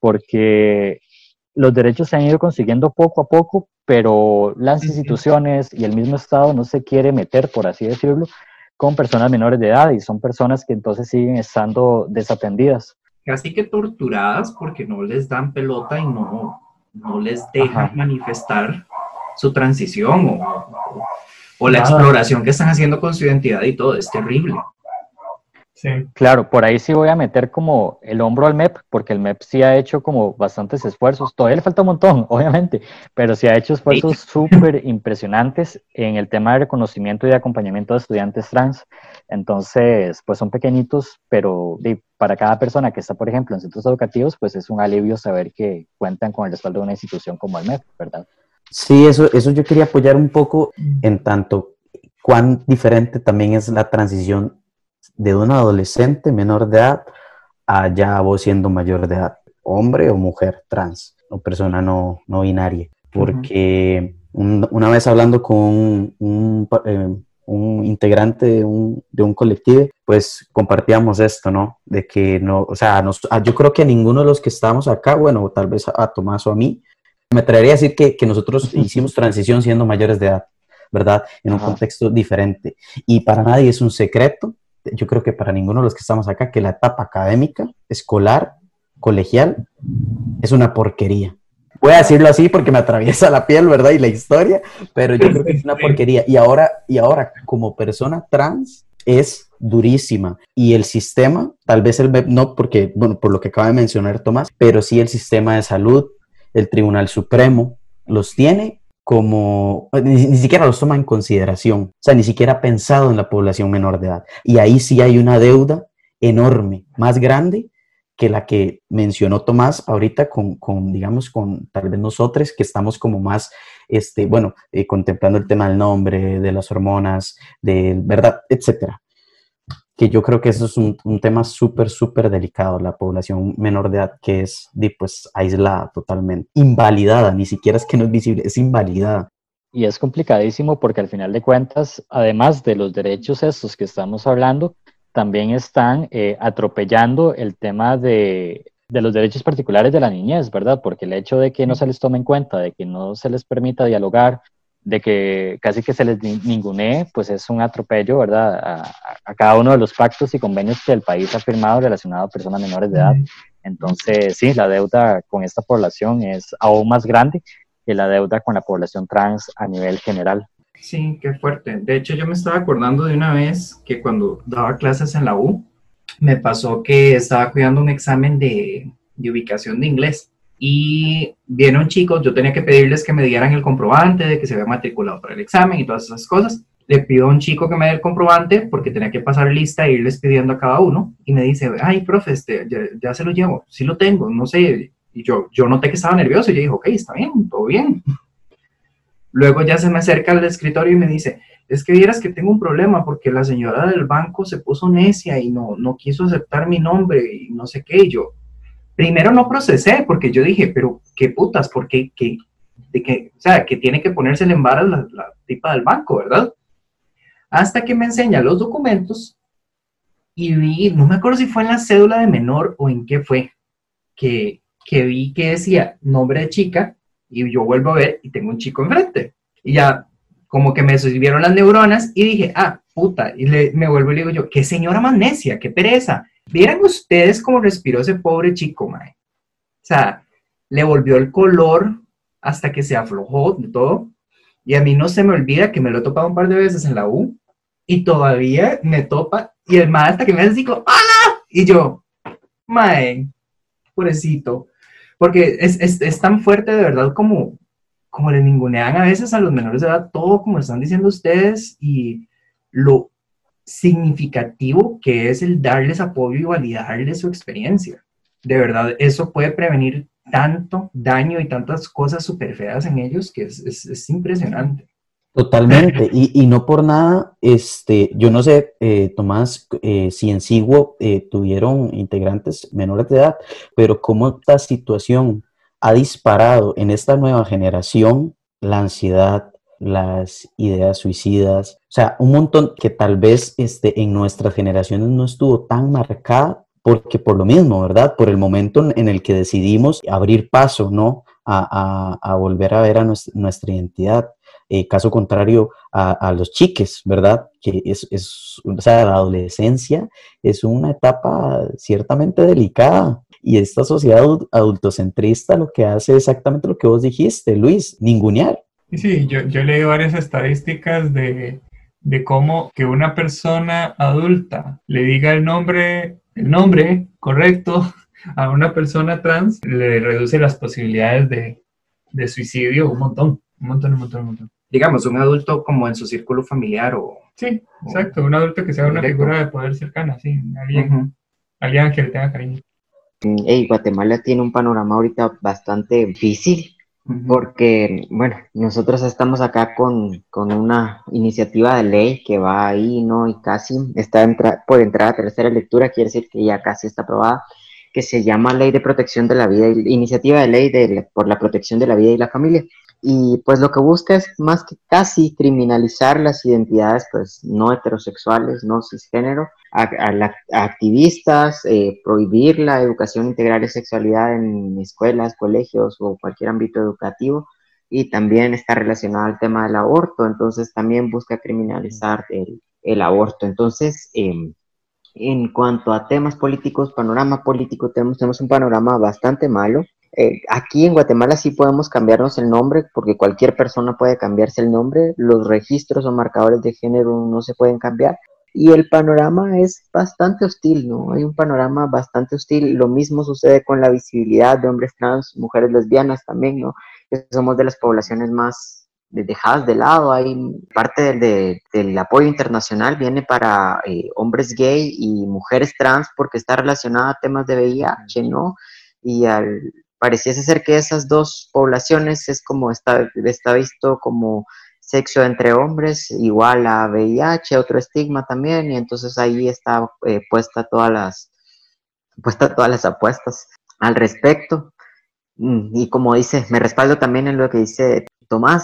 porque los derechos se han ido consiguiendo poco a poco, pero las instituciones y el mismo Estado no se quiere meter, por así decirlo, con personas menores de edad y son personas que entonces siguen estando desatendidas. Casi que torturadas porque no les dan pelota y no les dejan manifestar su transición o la exploración que están haciendo con su identidad y todo. Es terrible. Sí. Claro, por ahí sí voy a meter como el hombro al MEP, porque el MEP sí ha hecho como bastantes esfuerzos, todavía le falta un montón, obviamente, pero sí ha hecho esfuerzos súper impresionantes en el tema de reconocimiento y de acompañamiento de estudiantes trans. Entonces, pues son pequeñitos, pero para cada persona que está, por ejemplo, en centros educativos, pues es un alivio saber que cuentan con el respaldo de una institución como el MEP, ¿verdad? Sí, eso yo quería apoyar un poco en tanto cuán diferente también es la transición de un adolescente menor de edad a ya vos siendo mayor de edad, hombre o mujer trans o persona no binaria. Porque una vez hablando con un integrante de un colectivo, pues compartíamos esto, ¿no? De que no, o sea, yo creo que a ninguno de los que estamos acá, bueno, tal vez a Tomás o a mí, me atrevería a decir que nosotros hicimos transición siendo mayores de edad, ¿verdad? En un contexto diferente. Y para nadie es un secreto, yo creo que para ninguno de los que estamos acá, que la etapa académica, escolar, colegial, es una porquería. Voy a decirlo así porque me atraviesa la piel, ¿verdad? Y la historia, pero yo creo que es una porquería. Y ahora como persona trans, es durísima. Y el sistema, tal vez el MEP no, porque, bueno, por lo que acaba de mencionar Tomás, pero sí el sistema de salud, el Tribunal Supremo, los tiene como, ni siquiera los toma en consideración, o sea, ni siquiera ha pensado en la población menor de edad. Y ahí sí hay una deuda enorme, más grande que la que mencionó Tomás ahorita digamos, con tal vez nosotros que estamos como más, contemplando el tema del nombre, de las hormonas, ¿verdad? Etcétera. Que yo creo que eso es un tema súper, súper delicado, la población menor de edad que es, pues, aislada totalmente, invalidada, ni siquiera es que no es visible, es invalidada. Y es complicadísimo porque al final de cuentas, además de los derechos estos que estamos hablando, también están atropellando el tema de los derechos particulares de la niñez, ¿verdad? Porque el hecho de que no se les tome en cuenta, de que no se les permita dialogar, de que casi que se les ningunee, pues es un atropello, ¿verdad? A cada uno de los pactos y convenios que el país ha firmado relacionado a personas menores de edad. Entonces, sí, la deuda con esta población es aún más grande que la deuda con la población trans a nivel general. Sí, qué fuerte. De hecho, yo me estaba acordando de una vez que cuando daba clases en la U, me pasó que estaba cuidando un examen de ubicación de inglés. Y viene un chico, yo tenía que pedirles que me dieran el comprobante de que se había matriculado para el examen y todas esas cosas. Le pido a un chico que me dé el comprobante porque tenía que pasar lista e irles pidiendo a cada uno. Y me dice, ay, profe, ya se lo llevo, sí lo tengo, no sé. Y yo noté que estaba nervioso y yo dije, ok, está bien, todo bien. Luego ya se me acerca al escritorio y me dice, es que vieras que tengo un problema porque la señora del banco se puso necia y no quiso aceptar mi nombre y no sé qué. Y yo, primero no procesé porque yo dije, pero qué putas, ¿por qué? O sea, que tiene que ponerse en embaraz la tipa del banco, ¿verdad? Hasta que me enseña los documentos y vi, no me acuerdo si fue en la cédula de menor o en qué fue, que vi que decía nombre de chica y yo vuelvo a ver y tengo un chico enfrente. Y ya como que me subieron las neuronas y dije, puta, y me vuelvo y le digo yo, qué señora más necia, qué pereza. Vieran ustedes cómo respiró ese pobre chico, mae. O sea, le volvió el color hasta que se aflojó de todo. Y a mí no se me olvida que me lo he topado un par de veces en la U y todavía me topa y el mae hasta que me hace así como, ¡ah! Y yo, mae, pobrecito. Porque es tan fuerte de verdad como le ningunean a veces a los menores de edad todo como están diciendo ustedes y lo significativo que es el darles apoyo y validarles su experiencia. De verdad, eso puede prevenir tanto daño y tantas cosas súper feas en ellos que es impresionante. Totalmente, y no por nada, yo no sé, Tomás, si en Sigua tuvieron integrantes menores de edad, pero cómo esta situación ha disparado en esta nueva generación la ansiedad, las ideas suicidas, o sea, un montón que tal vez en nuestras generaciones no estuvo tan marcada, porque por lo mismo, ¿verdad? Por el momento en el que decidimos abrir paso, ¿no? A volver a ver a nuestra identidad. Caso contrario a los chiques, ¿verdad? Que o sea, la adolescencia es una etapa ciertamente delicada y esta sociedad adultocentrista lo que hace exactamente lo que vos dijiste, Luis, ningunear. Y sí, yo leí varias estadísticas de cómo que una persona adulta le diga el nombre correcto a una persona trans le reduce las posibilidades de suicidio un montón, un montón, un montón, un montón. Digamos, un adulto como en su círculo familiar o... Sí, exacto, un adulto que sea una directo. figura de poder cercana, sí, alguien, Ujú. alguien que le tenga cariño. Guatemala tiene un panorama ahorita bastante difícil Ujú. porque, bueno, nosotros estamos acá con una iniciativa de ley que va ahí, ¿no? Y casi está por entrar a tercera lectura, quiere decir que ya casi está aprobada, que se llama Ley de Protección de la Vida, Iniciativa de Ley por la Protección de la Vida y la Familia. Y pues lo que busca es más que casi criminalizar las identidades pues no heterosexuales, no cisgénero, a activistas, prohibir la educación integral de sexualidad en escuelas, colegios o cualquier ámbito educativo, y también está relacionado al tema del aborto, entonces también busca criminalizar el aborto. Entonces, en cuanto a temas políticos, panorama político, tenemos un panorama bastante malo. Aquí en Guatemala sí podemos cambiarnos el nombre porque cualquier persona puede cambiarse el nombre, los registros o marcadores de género no se pueden cambiar y el panorama es bastante hostil, ¿no? Hay un panorama bastante hostil, lo mismo sucede con la visibilidad de hombres trans, mujeres lesbianas también, ¿no? Que somos de las poblaciones más dejadas de lado. Hay parte del apoyo internacional viene para hombres gay y mujeres trans porque está relacionada a temas de VIH, ¿no? Y pareciese ser que esas dos poblaciones es como está visto como sexo entre hombres igual a VIH, otro estigma también, y entonces ahí está puesta todas las apuestas al respecto. Y como dice, me respaldo también en lo que dice Tomás,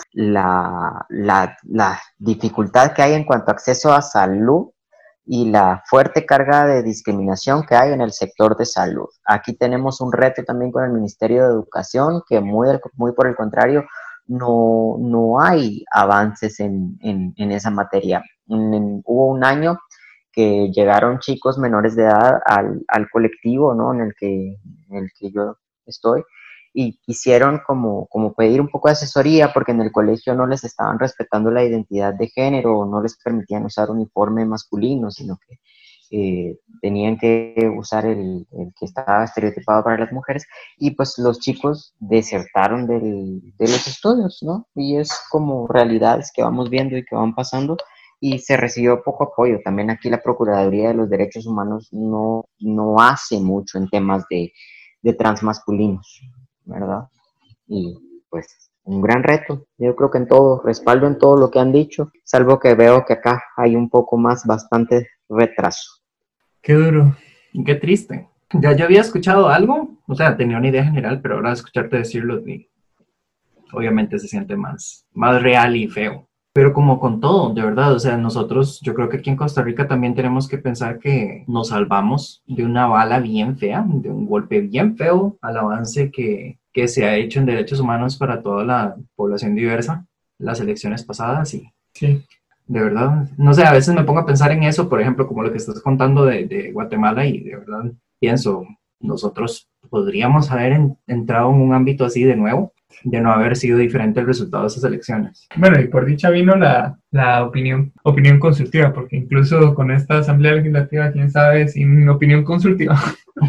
la dificultad que hay en cuanto a acceso a salud y la fuerte carga de discriminación que hay en el sector de salud. Aquí tenemos un reto también con el Ministerio de Educación, que muy por el contrario, no hay avances en esa materia. Hubo un año que llegaron chicos menores de edad al colectivo, ¿no? en el que yo estoy, y quisieron como pedir un poco de asesoría porque en el colegio no les estaban respetando la identidad de género, no les permitían usar uniforme masculino, sino que tenían que usar el que estaba estereotipado para las mujeres, y pues los chicos desertaron de los estudios, ¿no? Y es como realidades que vamos viendo y que van pasando, y se recibió poco apoyo. También aquí la Procuraduría de los Derechos Humanos no hace mucho en temas de transmasculinos, ¿verdad? Y pues un gran reto. Yo creo que en todo, respaldo en todo lo que han dicho, salvo que veo que acá hay un poco más, bastante retraso. Qué duro. Qué triste. Ya yo había escuchado algo, o sea, tenía una idea general, pero ahora escucharte decirlo, obviamente se siente más real y feo. Pero como con todo, de verdad, o sea, nosotros, yo creo que aquí en Costa Rica también tenemos que pensar que nos salvamos de una bala bien fea, de un golpe bien feo al avance que se ha hecho en derechos humanos para toda la población diversa, las elecciones pasadas y Sí. de verdad, no sé, a veces me pongo a pensar en eso, por ejemplo, como lo que estás contando de Guatemala y de verdad pienso, nosotros podríamos haber entrado en un ámbito así de nuevo, de no haber sido diferente el resultado de esas elecciones. Bueno, y por dicha vino la opinión consultiva, porque incluso con esta Asamblea Legislativa, quién sabe, sin opinión consultiva.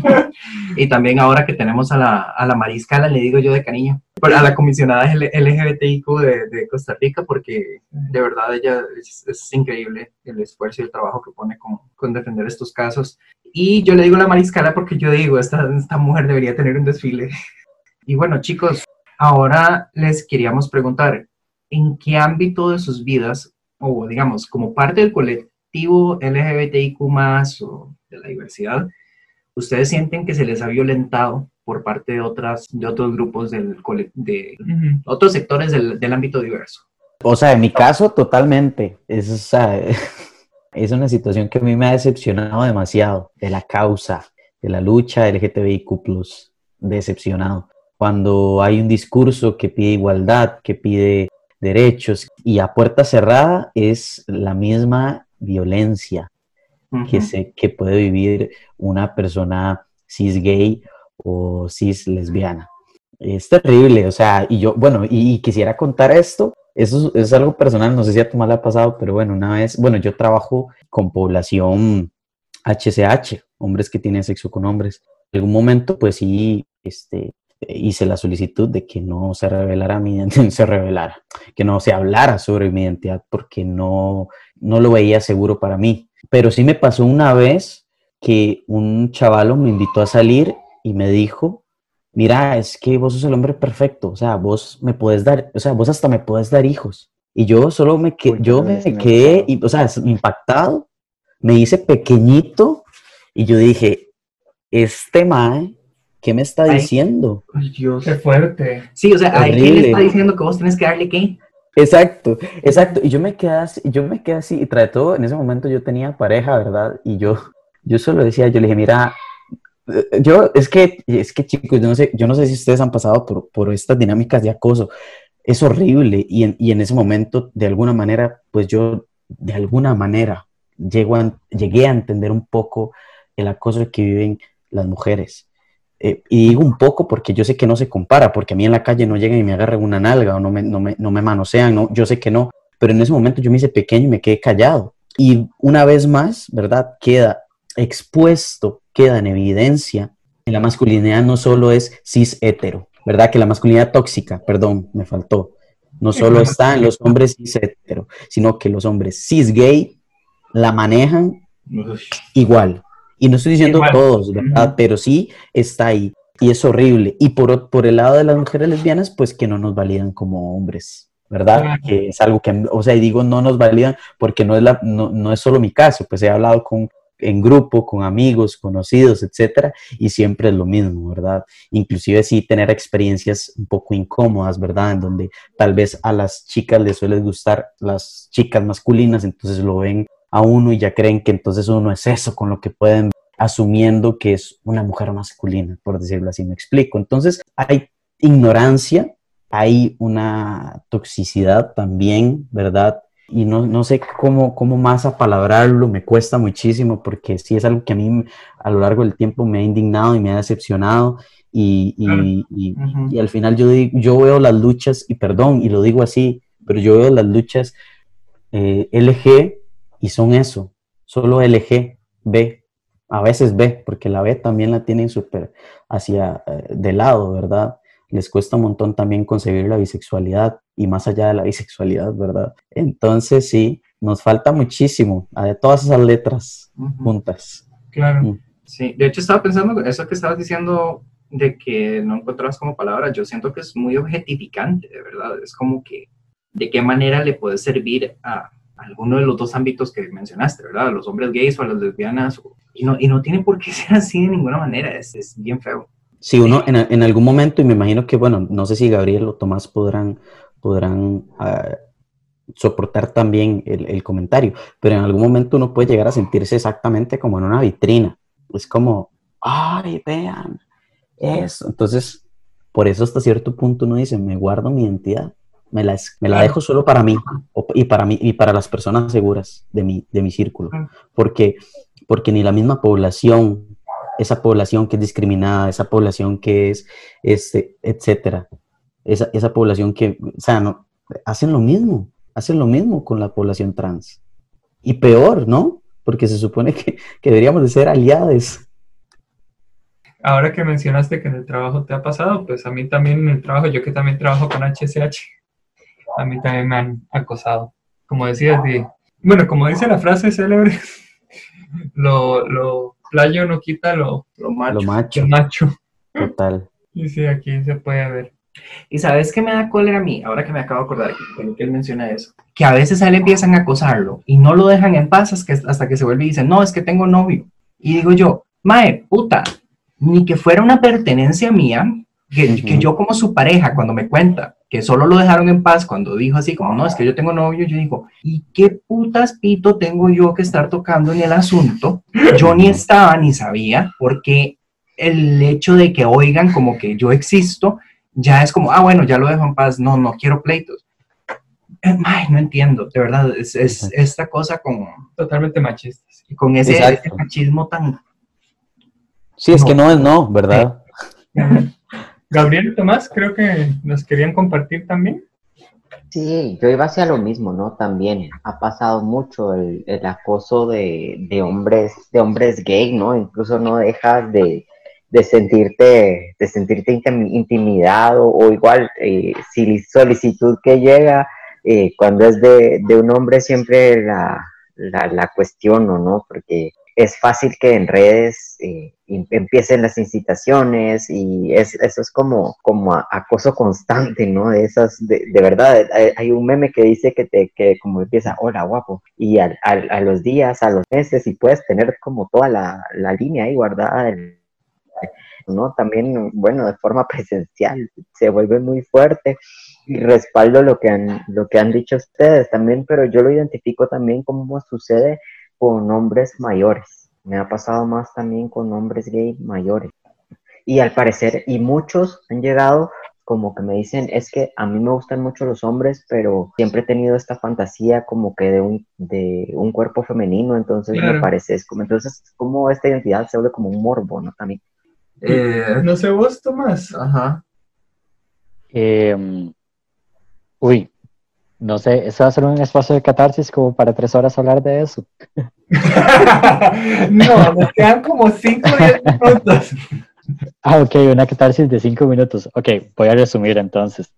Y también ahora que tenemos a la Mariscala, le digo yo de cariño, a la comisionada LGBTIQ de Costa Rica, porque de verdad ella es increíble el esfuerzo y el trabajo que pone con defender estos casos. Y yo le digo la Mariscala porque yo digo, esta mujer debería tener un desfile. Y bueno, chicos, ahora les queríamos preguntar, ¿en qué ámbito de sus vidas, o digamos, como parte del colectivo LGBTIQ+, o de la diversidad, ustedes sienten que se les ha violentado por parte de otros grupos de otros sectores del ámbito diverso? O sea, en mi caso, totalmente. O sea, es una situación que a mí me ha decepcionado demasiado de la causa, de la lucha LGTBIQ+, decepcionado. Cuando hay un discurso que pide igualdad, que pide derechos, y a puerta cerrada es la misma violencia que puede vivir una persona cis gay o cis lesbiana. Es terrible, o sea, y yo, bueno, y quisiera contar esto, eso es algo personal, no sé si a Tomás le ha pasado, pero bueno, una vez, bueno, yo trabajo con población HCH, hombres que tienen sexo con hombres. En algún momento, pues sí, hice la solicitud de que no se revelara mi identidad, que no se hablara sobre mi identidad porque no lo veía seguro para mí. Pero sí me pasó una vez que un chavalo me invitó a salir y me dijo, mira, es que vos sos el hombre perfecto, o sea, vos me puedes dar, o sea, vos hasta me puedes dar hijos. Y yo solo yo me quedé, o sea, impactado, me hice pequeñito y yo dije, este mae, ¿qué me está diciendo? Ay, Dios. Qué fuerte. Sí, o sea, ¿a quién le Horrible. está diciendo que vos tenés que darle qué? Exacto. Y yo me quedé así, y tras de todo, en ese momento yo tenía pareja, ¿verdad? Y yo solo decía, yo le dije, mira, es que chicos, yo no sé si ustedes han pasado por estas dinámicas de acoso. Es horrible y en ese momento, de alguna manera, pues yo, de alguna manera, llegué a entender un poco el acoso que viven las mujeres. Y digo un poco porque yo sé que no se compara, porque a mí en la calle no llegan y me agarran una nalga o no me manosean, no, yo sé que no, pero en ese momento yo me hice pequeño y me quedé callado. Y una vez más, ¿verdad? Queda expuesto, queda en evidencia que la masculinidad no solo es cis hetero, ¿verdad? Que la masculinidad tóxica, perdón, me faltó, no solo está en los hombres cis hetero, sino que los hombres cis gay la manejan igual. Y no estoy diciendo Igual. todos, ¿verdad? Pero sí está ahí. Y es horrible. Y por el lado de las mujeres lesbianas, pues que no nos validan como hombres, ¿verdad? Claro. Que es algo que, o sea, y digo no nos validan porque no es solo mi caso, pues he hablado en grupo, con amigos, conocidos, etcétera, y siempre es lo mismo, ¿verdad? Inclusive sí tener experiencias un poco incómodas, ¿verdad? En donde tal vez a las chicas les suele gustar las chicas masculinas, entonces lo ven a uno y ya creen que entonces uno es eso con lo que pueden, asumiendo que es una mujer masculina, por decirlo así, me explico. Entonces hay ignorancia, hay una toxicidad también, ¿verdad? Y no sé cómo más apalabrarlo, me cuesta muchísimo porque sí es algo que a mí a lo largo del tiempo me ha indignado y me ha decepcionado y al final yo veo las luchas, y perdón, y lo digo así, pero yo veo las luchas LG y son eso, solo LG, B, a veces B, porque la B también la tienen súper hacia de lado, ¿verdad? Les cuesta un montón también concebir la bisexualidad y más allá de la bisexualidad, ¿verdad? Entonces sí, nos falta muchísimo de todas esas letras juntas. Claro. Sí, de hecho estaba pensando, eso que estabas diciendo de que no encontrabas como palabra, yo siento que es muy objetificante, de verdad, es como que de qué manera le puede servir a alguno de los dos ámbitos que mencionaste, ¿verdad? A los hombres gays o a las lesbianas, y no tiene por qué ser así de ninguna manera, es bien feo. Si uno en algún momento, y me imagino que, bueno, no sé si Gabriel o Tomás podrán soportar también el comentario, pero en algún momento uno puede llegar a sentirse exactamente como en una vitrina. Es como, ay, vean eso. Entonces, por eso hasta cierto punto uno dice, me guardo mi identidad, me la dejo solo para mí y para las personas seguras de mi círculo, porque ni la misma población, esa población que es discriminada, esa población que es, etcétera, esa población que, o sea, no, hacen lo mismo con la población trans. Y peor, ¿no? Porque se supone que deberíamos de ser aliados. Ahora que mencionaste que en el trabajo te ha pasado, pues a mí también en el trabajo, yo que también trabajo con HCH, a mí también me han acosado. Como decías, bueno, como dice la frase célebre, lo playo no quita lo macho. Total. Y sí, aquí se puede ver. Y ¿sabes qué me da cólera a mí? Ahora que me acabo de acordar que él menciona eso. Que a veces a él empiezan a acosarlo y no lo dejan en paz hasta que se vuelve y dice, no, es que tengo novio. Y digo yo, mae, puta, ni que fuera una pertenencia mía, que yo como su pareja, cuando me cuenta que solo lo dejaron en paz, cuando dijo así como, no, es que yo tengo novio, yo digo, ¿y qué putas pito tengo yo que estar tocando en el asunto? Yo ni estaba ni sabía, porque el hecho de que oigan como que yo existo, ya es como, bueno, ya lo dejo en paz, no quiero pleitos. No entiendo, de verdad, es esta cosa totalmente machistas. Con ese machismo tan... Sí, es que no es no, ¿verdad? Gabriel y Tomás, creo que nos querían compartir también. Sí, yo iba hacia lo mismo, ¿no? También ha pasado mucho el acoso de hombres gay, ¿no? Incluso no dejas de sentirte intimidado o igual, si solicitud que llega, cuando es de un hombre siempre la cuestiono, ¿no? Porque es fácil que en redes empiecen las incitaciones y eso es como acoso constante, ¿no? De verdad, hay un meme que dice que como empieza, hola guapo, y a los días, a los meses, y puedes tener como toda la línea ahí guardada, ¿no? También, bueno, de forma presencial, se vuelve muy fuerte y respaldo lo que han dicho ustedes también, pero yo lo identifico también como sucede con hombres mayores. Me ha pasado más también con hombres gay mayores. Y al parecer, y muchos han llegado como que me dicen, es que a mí me gustan mucho los hombres, pero siempre he tenido esta fantasía como que de un cuerpo femenino, entonces me Claro. parece, entonces como esta identidad se vuelve como un morbo, ¿no? También. No sé vos, Tomás. Ajá. Uy, no sé, ¿eso va a ser un espacio de catarsis como para 3 horas hablar de eso? No, nos quedan como 5 o 10 minutos. Ok, una catarsis de 5 minutos. Ok, voy a resumir entonces.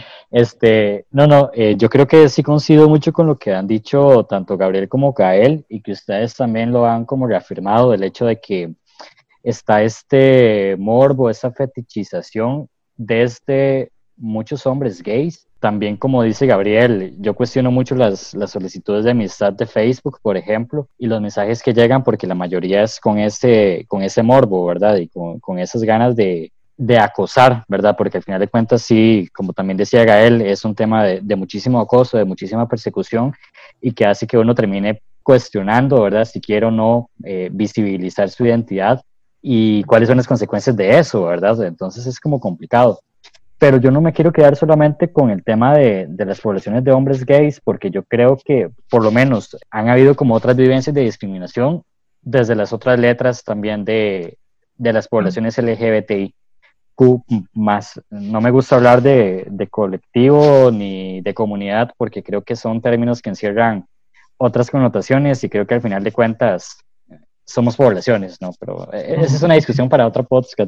No, yo creo que sí coincido mucho con lo que han dicho tanto Gabriel como Gael y que ustedes también lo han como reafirmado, el hecho de que está este morbo, esa fetichización desde muchos hombres gays. También, como dice Gabriel, yo cuestiono mucho las solicitudes de amistad de Facebook, por ejemplo, y los mensajes que llegan, porque la mayoría es con ese morbo, ¿verdad? Y con esas ganas de acosar, ¿verdad? Porque al final de cuentas, sí, como también decía Gael, es un tema de muchísimo acoso, de muchísima persecución, y que hace que uno termine cuestionando, ¿verdad? Si quiere o no visibilizar su identidad y cuáles son las consecuencias de eso, ¿verdad? Entonces es como complicado. Pero yo no me quiero quedar solamente con el tema de las poblaciones de hombres gays, porque yo creo que por lo menos han habido como otras vivencias de discriminación desde las otras letras también de las poblaciones LGBTI. Más. No me gusta hablar de colectivo ni de comunidad porque creo que son términos que encierran otras connotaciones y creo que al final de cuentas somos poblaciones, ¿no? Pero esa es una discusión para otro podcast.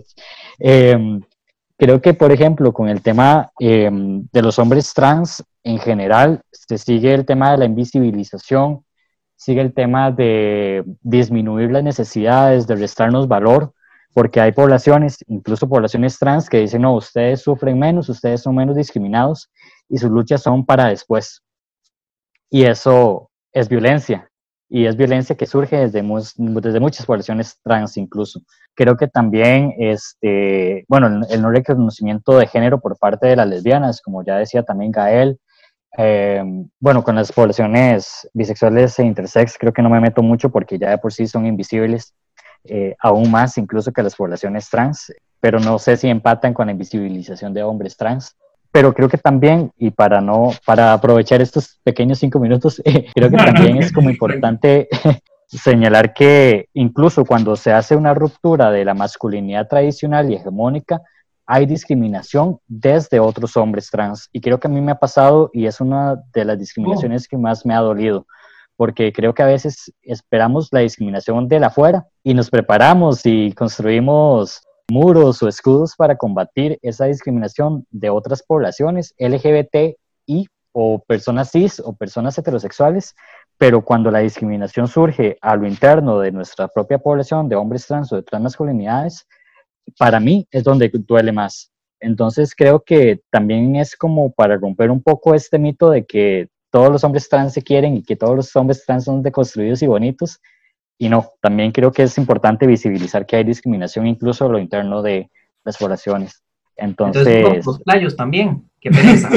Creo que, por ejemplo, con el tema de los hombres trans en general, se sigue el tema de la invisibilización, sigue el tema de disminuir las necesidades, de restarnos valor, porque hay poblaciones, incluso poblaciones trans, que dicen, no, ustedes sufren menos, ustedes son menos discriminados y sus luchas son para después. Y eso es violencia, y es violencia que surge desde muchas poblaciones trans incluso. Creo que también, bueno, el no reconocimiento de género por parte de las lesbianas, como ya decía también Gael, bueno, con las poblaciones bisexuales e intersex creo que no me meto mucho porque ya de por sí son invisibles, aún más incluso que las poblaciones trans, pero no sé si empatan con la invisibilización de hombres trans. Pero creo que también, y para aprovechar estos pequeños 5 minutos, creo que también es como importante señalar que incluso cuando se hace una ruptura de la masculinidad tradicional y hegemónica, hay discriminación desde otros hombres trans. Y creo que a mí me ha pasado y es una de las discriminaciones que más me ha dolido, porque creo que a veces esperamos la discriminación de la afuera y nos preparamos y construimos muros o escudos para combatir esa discriminación de otras poblaciones LGBTI o personas cis o personas heterosexuales, pero cuando la discriminación surge a lo interno de nuestra propia población de hombres trans o de transmasculinidades, para mí es donde duele más. Entonces creo que también es como para romper un poco este mito de que todos los hombres trans se quieren y que todos los hombres trans son deconstruidos y bonitos. Y no, también creo que es importante visibilizar que hay discriminación incluso a lo interno de las poblaciones. Entonces los playos también, qué pereza.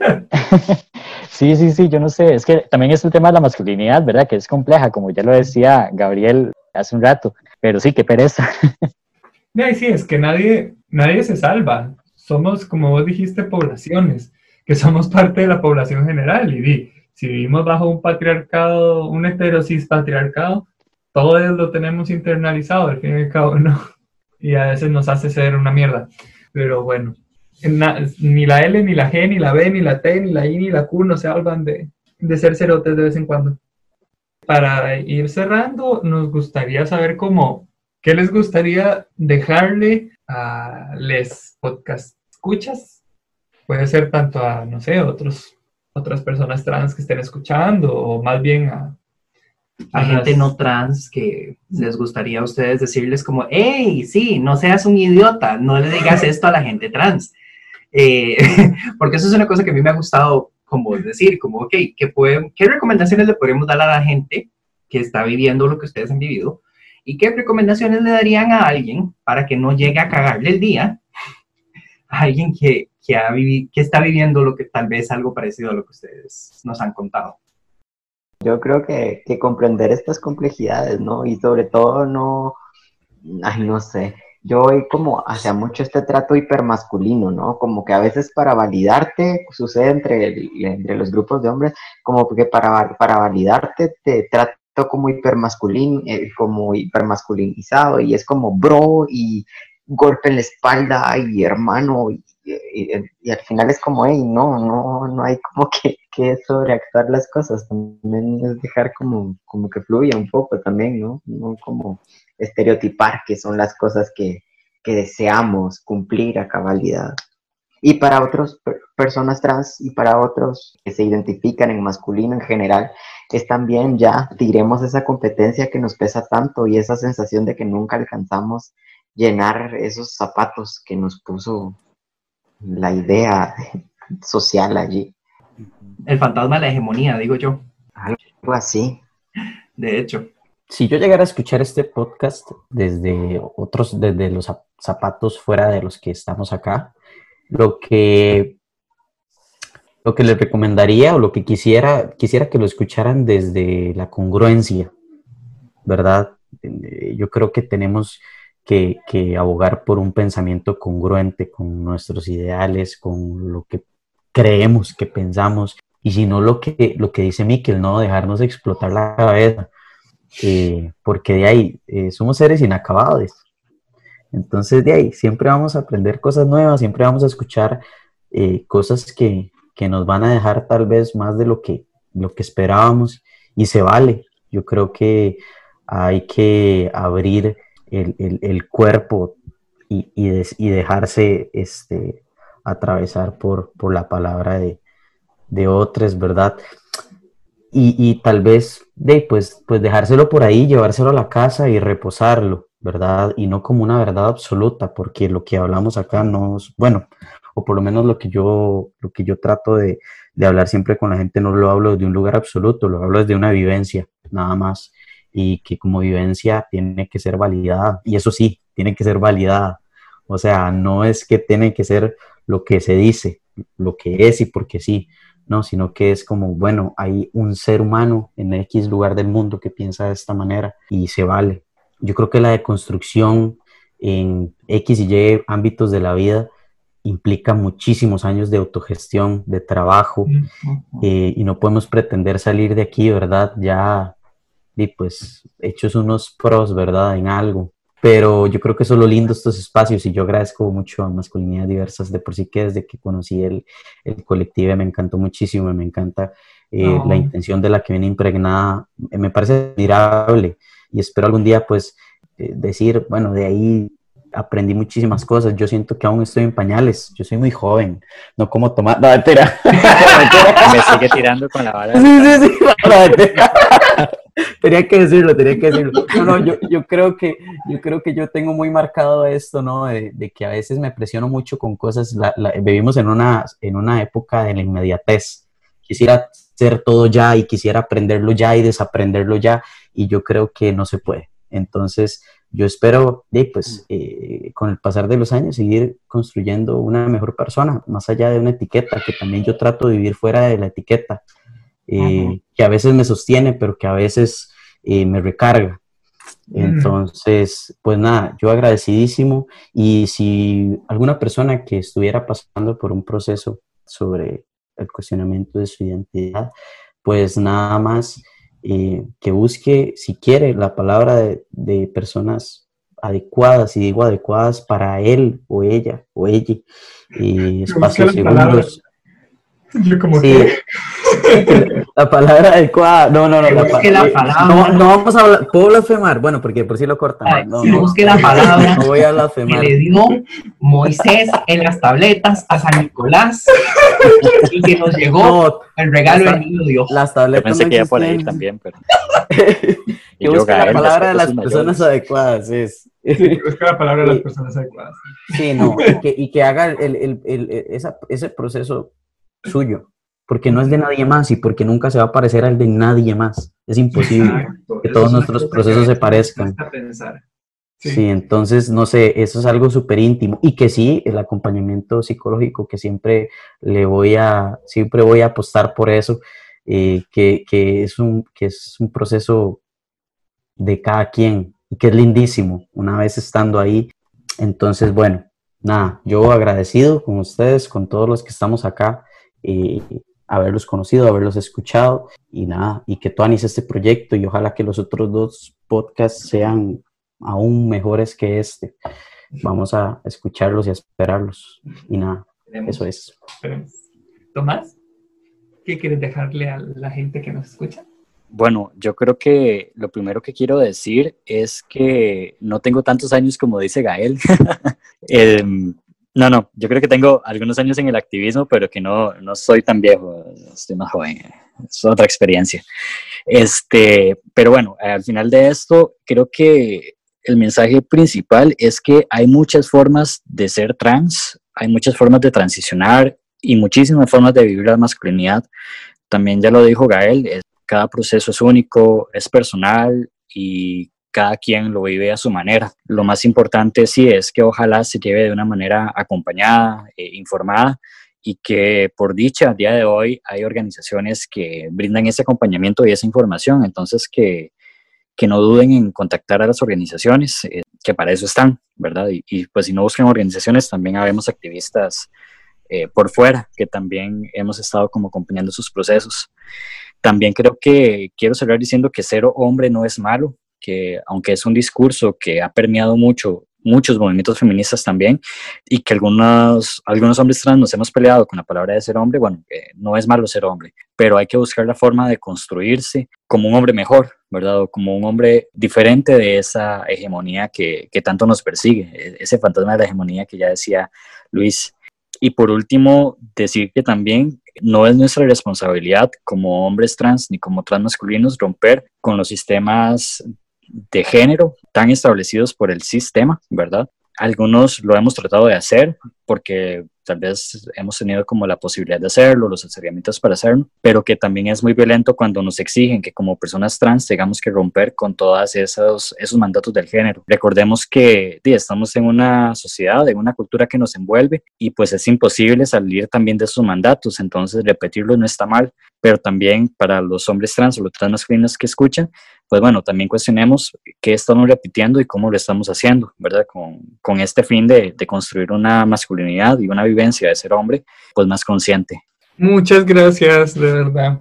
sí, yo no sé, es que también es el tema de la masculinidad, ¿verdad? Que es compleja, como ya lo decía Gabriel hace un rato, pero sí, qué pereza. Sí, es que nadie se salva. Somos, como vos dijiste, poblaciones, que somos parte de la población general. Y si vivimos bajo un patriarcado, un heterosis patriarcado, todo lo tenemos internalizado, al fin y al cabo, ¿no? Y a veces nos hace ser una mierda. Pero bueno, ni la L, ni la G, ni la B, ni la T, ni la I, ni la Q no se salvan de ser cerotes de vez en cuando. Para ir cerrando, nos gustaría saber qué les gustaría dejarle a les podcast escuchas. Puede ser tanto a, no sé, otras personas trans que estén escuchando, o más bien a gente no trans que les gustaría a ustedes decirles como, hey, sí, no seas un idiota, no le digas esto a la gente trans. Porque eso es una cosa que a mí me ha gustado como decir, como, ok, ¿qué recomendaciones le podríamos dar a la gente que está viviendo lo que ustedes han vivido? ¿Y qué recomendaciones le darían a alguien para que no llegue a cagarle el día a alguien que está viviendo lo que tal vez algo parecido a lo que ustedes nos han contado? Yo creo que comprender estas complejidades, ¿no? Y sobre todo no sé, yo voy como hacia mucho este trato hipermasculino, ¿no? Como que a veces para validarte, sucede entre los grupos de hombres, como que para validarte te trato como hipermasculinizado, y es como bro, y golpe en la espalda, y hermano, y al final es como, hey, no hay como que sobreactuar las cosas, también es dejar como que fluya un poco también, ¿no? No como estereotipar que son las cosas que deseamos cumplir a cabalidad. Y para otras personas trans y para otros que se identifican en masculino en general, es también ya, tiremos esa competencia que nos pesa tanto y esa sensación de que nunca alcanzamos llenar esos zapatos que nos puso la idea social allí. El fantasma de la hegemonía, digo yo. Algo así. De hecho. Si yo llegara a escuchar este podcast desde los zapatos fuera de los que estamos acá, lo que les recomendaría o lo que quisiera que lo escucharan desde la congruencia, ¿verdad? Yo creo que tenemos que abogar por un pensamiento congruente con nuestros ideales, con lo que creemos, que pensamos, y si no lo que dice Miquel, no dejarnos explotar la cabeza, porque de ahí somos seres inacabados. Entonces de ahí siempre vamos a aprender cosas nuevas, siempre vamos a escuchar cosas que nos van a dejar tal vez más de lo que esperábamos, y se vale. Yo creo que hay que abrir el cuerpo y dejarse atravesar por la palabra de otros, ¿verdad? Y tal vez pues dejárselo por ahí, llevárselo a la casa y reposarlo, ¿verdad? Y no como una verdad absoluta, porque lo que hablamos acá no es, bueno, o por lo menos lo que yo trato de hablar siempre con la gente, no lo hablo de un lugar absoluto, lo hablo desde una vivencia, nada más, y que como vivencia tiene que ser validada, y eso sí, tiene que ser validada, o sea, no es que tiene que ser lo que se dice, lo que es y porque sí, no, sino que es como, bueno, hay un ser humano en X lugar del mundo que piensa de esta manera y se vale. Yo creo que la deconstrucción en X y Y ámbitos de la vida implica muchísimos años de autogestión, de trabajo, y no podemos pretender salir de aquí, ¿verdad? Ya, y pues, hechos unos pros, ¿verdad? En algo. Pero yo creo que eso es lo lindo de estos espacios, y yo agradezco mucho a Masculinidades Diversas de por sí, que desde que conocí el colectivo me encantó muchísimo, me encanta la intención de la que viene impregnada, me parece admirable, y espero algún día pues decir, bueno, de ahí aprendí muchísimas cosas. Yo siento que aún estoy en pañales, yo soy muy joven, no como tomar, no, mentira. Me sigue tirando con la vara. Sí, no, mentira. Tenía que decirlo. No, yo creo que yo tengo muy marcado esto, ¿no? De que a veces me presiono mucho con cosas. Vivimos en una época de la inmediatez. Quisiera hacer todo ya y quisiera aprenderlo ya y desaprenderlo ya, y yo creo que no se puede. Entonces, yo espero, pues, con el pasar de los años, seguir construyendo una mejor persona, más allá de una etiqueta, que también yo trato de vivir fuera de la etiqueta. Que a veces me sostiene, pero que a veces me recarga. Entonces, pues nada, yo agradecidísimo, y si alguna persona que estuviera pasando por un proceso sobre el cuestionamiento de su identidad, pues nada más que busque, si quiere, la palabra de personas adecuadas, y digo adecuadas para él o ella o ella, y espacios busqué la palabra. seguros. Yo como Sí, que... la palabra adecuada, no, Busque la palabra. no vamos a hablar, ¿puedo blasfemar? Bueno, porque por si lo cortan. Ay, No, sí, busque la palabra no voy a que blasfemar. le dio Moisés en las tabletas a San Nicolás y que nos llegó No, el regalo del niño Dios. las Yo tabletas pensé no que iba por ahí existían. también, pero... Que Y yo, busque la Gael, palabra de respeto a las sus personas mayores. adecuadas, es. Sí, busca la palabra de las Sí. personas adecuadas. Sí, no, y que haga ese proceso suyo, porque no es de nadie más y porque nunca se va a parecer al de nadie más. Es imposible Exacto. que Eso todos es una nuestros cosa que procesos a se veces me parezcan. cuesta pensar. Sí, entonces, no sé, eso es algo súper íntimo y que sí, el acompañamiento psicológico, que siempre siempre voy a apostar por eso, que es un proceso de cada quien y que es lindísimo una vez estando ahí. Entonces, bueno, nada, yo agradecido con ustedes, con todos los que estamos acá, haberlos conocido, haberlos escuchado y nada, y que tú anies este proyecto y ojalá que los otros 2 podcasts sean aún mejores que este. Vamos a escucharlos y a esperarlos y nada, eso es. Esperemos. Tomás, ¿qué quieres dejarle a la gente que nos escucha? Bueno, yo creo que lo primero que quiero decir es que no tengo tantos años como dice Gael. No, yo creo que tengo algunos años en el activismo, pero que no soy tan viejo, estoy más joven, es otra experiencia. Pero bueno, al final de esto, creo que el mensaje principal es que hay muchas formas de ser trans, hay muchas formas de transicionar y muchísimas formas de vivir la masculinidad. También ya lo dijo Gael, cada proceso es único, es personal y cada quien lo vive a su manera. Lo más importante sí es que ojalá se lleve de una manera acompañada, informada, y que por dicha, a día de hoy hay organizaciones que brindan ese acompañamiento y esa información, entonces que no duden en contactar a las organizaciones, que para eso están, ¿verdad? Y pues si no buscan organizaciones, también habemos activistas por fuera, que también hemos estado como acompañando sus procesos. También creo que quiero cerrar diciendo que ser hombre no es malo, que aunque es un discurso que ha permeado muchos movimientos feministas también, y que algunos hombres trans nos hemos peleado con la palabra de ser hombre, bueno, no es malo ser hombre, pero hay que buscar la forma de construirse como un hombre mejor, ¿verdad? O como un hombre diferente de esa hegemonía que tanto nos persigue, ese fantasma de la hegemonía que ya decía Luis. Y por último, decir que también no es nuestra responsabilidad como hombres trans ni como transmasculinos romper con los sistemas de género tan establecidos por el sistema, ¿verdad? Algunos lo hemos tratado de hacer porque tal vez hemos tenido como la posibilidad de hacerlo, los acercamientos para hacerlo, pero que también es muy violento cuando nos exigen que como personas trans tengamos que romper con todos esos mandatos del género. Recordemos que estamos en una sociedad, en una cultura que nos envuelve y pues es imposible salir también de esos mandatos, entonces repetirlo no está mal, pero también para los hombres trans o los transmasculinos que escuchan, pues bueno, también cuestionemos qué estamos repitiendo y cómo lo estamos haciendo, ¿verdad? Con este fin de construir una masculinidad y una vivencia de ser hombre, pues más consciente. Muchas gracias, de verdad.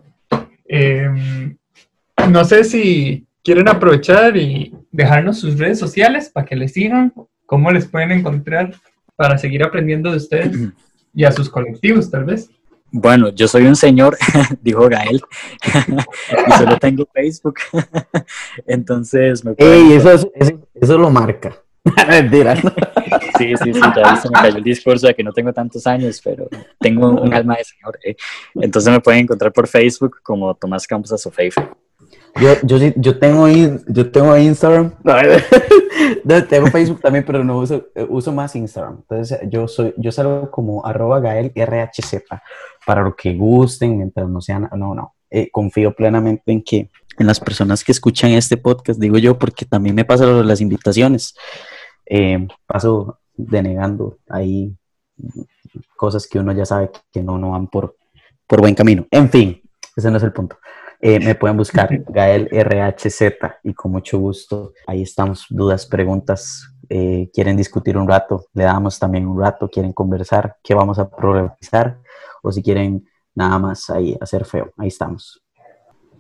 No sé si quieren aprovechar y dejarnos sus redes sociales para que les sigan, cómo les pueden encontrar para seguir aprendiendo de ustedes y a sus colectivos, tal vez. Bueno, yo soy un señor, dijo Gael, y solo tengo Facebook, entonces me pueden... ¡Ey! Eso lo marca. Mentira. Sí, ya se me cayó el discurso de que no tengo tantos años, pero tengo un alma de señor. Entonces me pueden encontrar por Facebook como Tomás Campos Azofeifa. Yo tengo Instagram. No, tengo Facebook también, pero no uso más Instagram. Entonces yo salgo como @GaelRHZ para lo que gusten, mientras no sean, no. Confío plenamente en las personas que escuchan este podcast, digo yo, porque también me pasa las invitaciones. Paso denegando ahí cosas que uno ya sabe que no van por buen camino. En fin, ese no es el punto. Me pueden buscar Gael RHZ y con mucho gusto ahí estamos. Dudas, preguntas, quieren discutir un rato, le damos también un rato, quieren conversar, qué vamos a problematizar, o si quieren nada más ahí hacer feo, ahí estamos.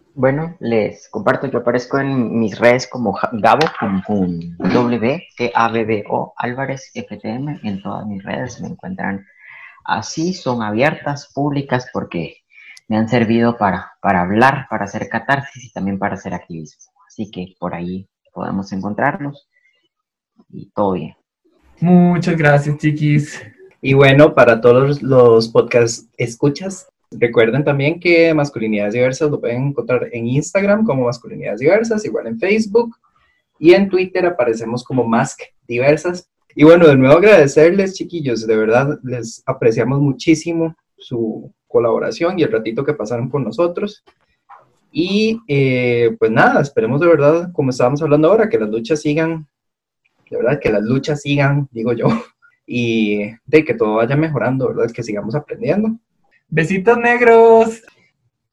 Bueno, les comparto, yo aparezco en mis redes como Gabo, con W, Gabbo, Álvarez, FTM, en todas mis redes me encuentran así, son abiertas, públicas, porque me han servido para hablar, para hacer catarsis y también para hacer activismo. Así que por ahí podemos encontrarnos y todo bien. Muchas gracias, chiquis. Y bueno, para todos los podcast escuchas, recuerden también que Masculinidades Diversas lo pueden encontrar en Instagram como Masculinidades Diversas, igual en Facebook, y en Twitter aparecemos como Mask Diversas. Y bueno, de nuevo agradecerles, chiquillos, de verdad les apreciamos muchísimo su colaboración y el ratito que pasaron con nosotros. Y pues nada, esperemos de verdad, como estábamos hablando ahora, que las luchas sigan, de verdad, que las luchas sigan, digo yo, y de que todo vaya mejorando, ¿verdad? Que sigamos aprendiendo. Besitos negros.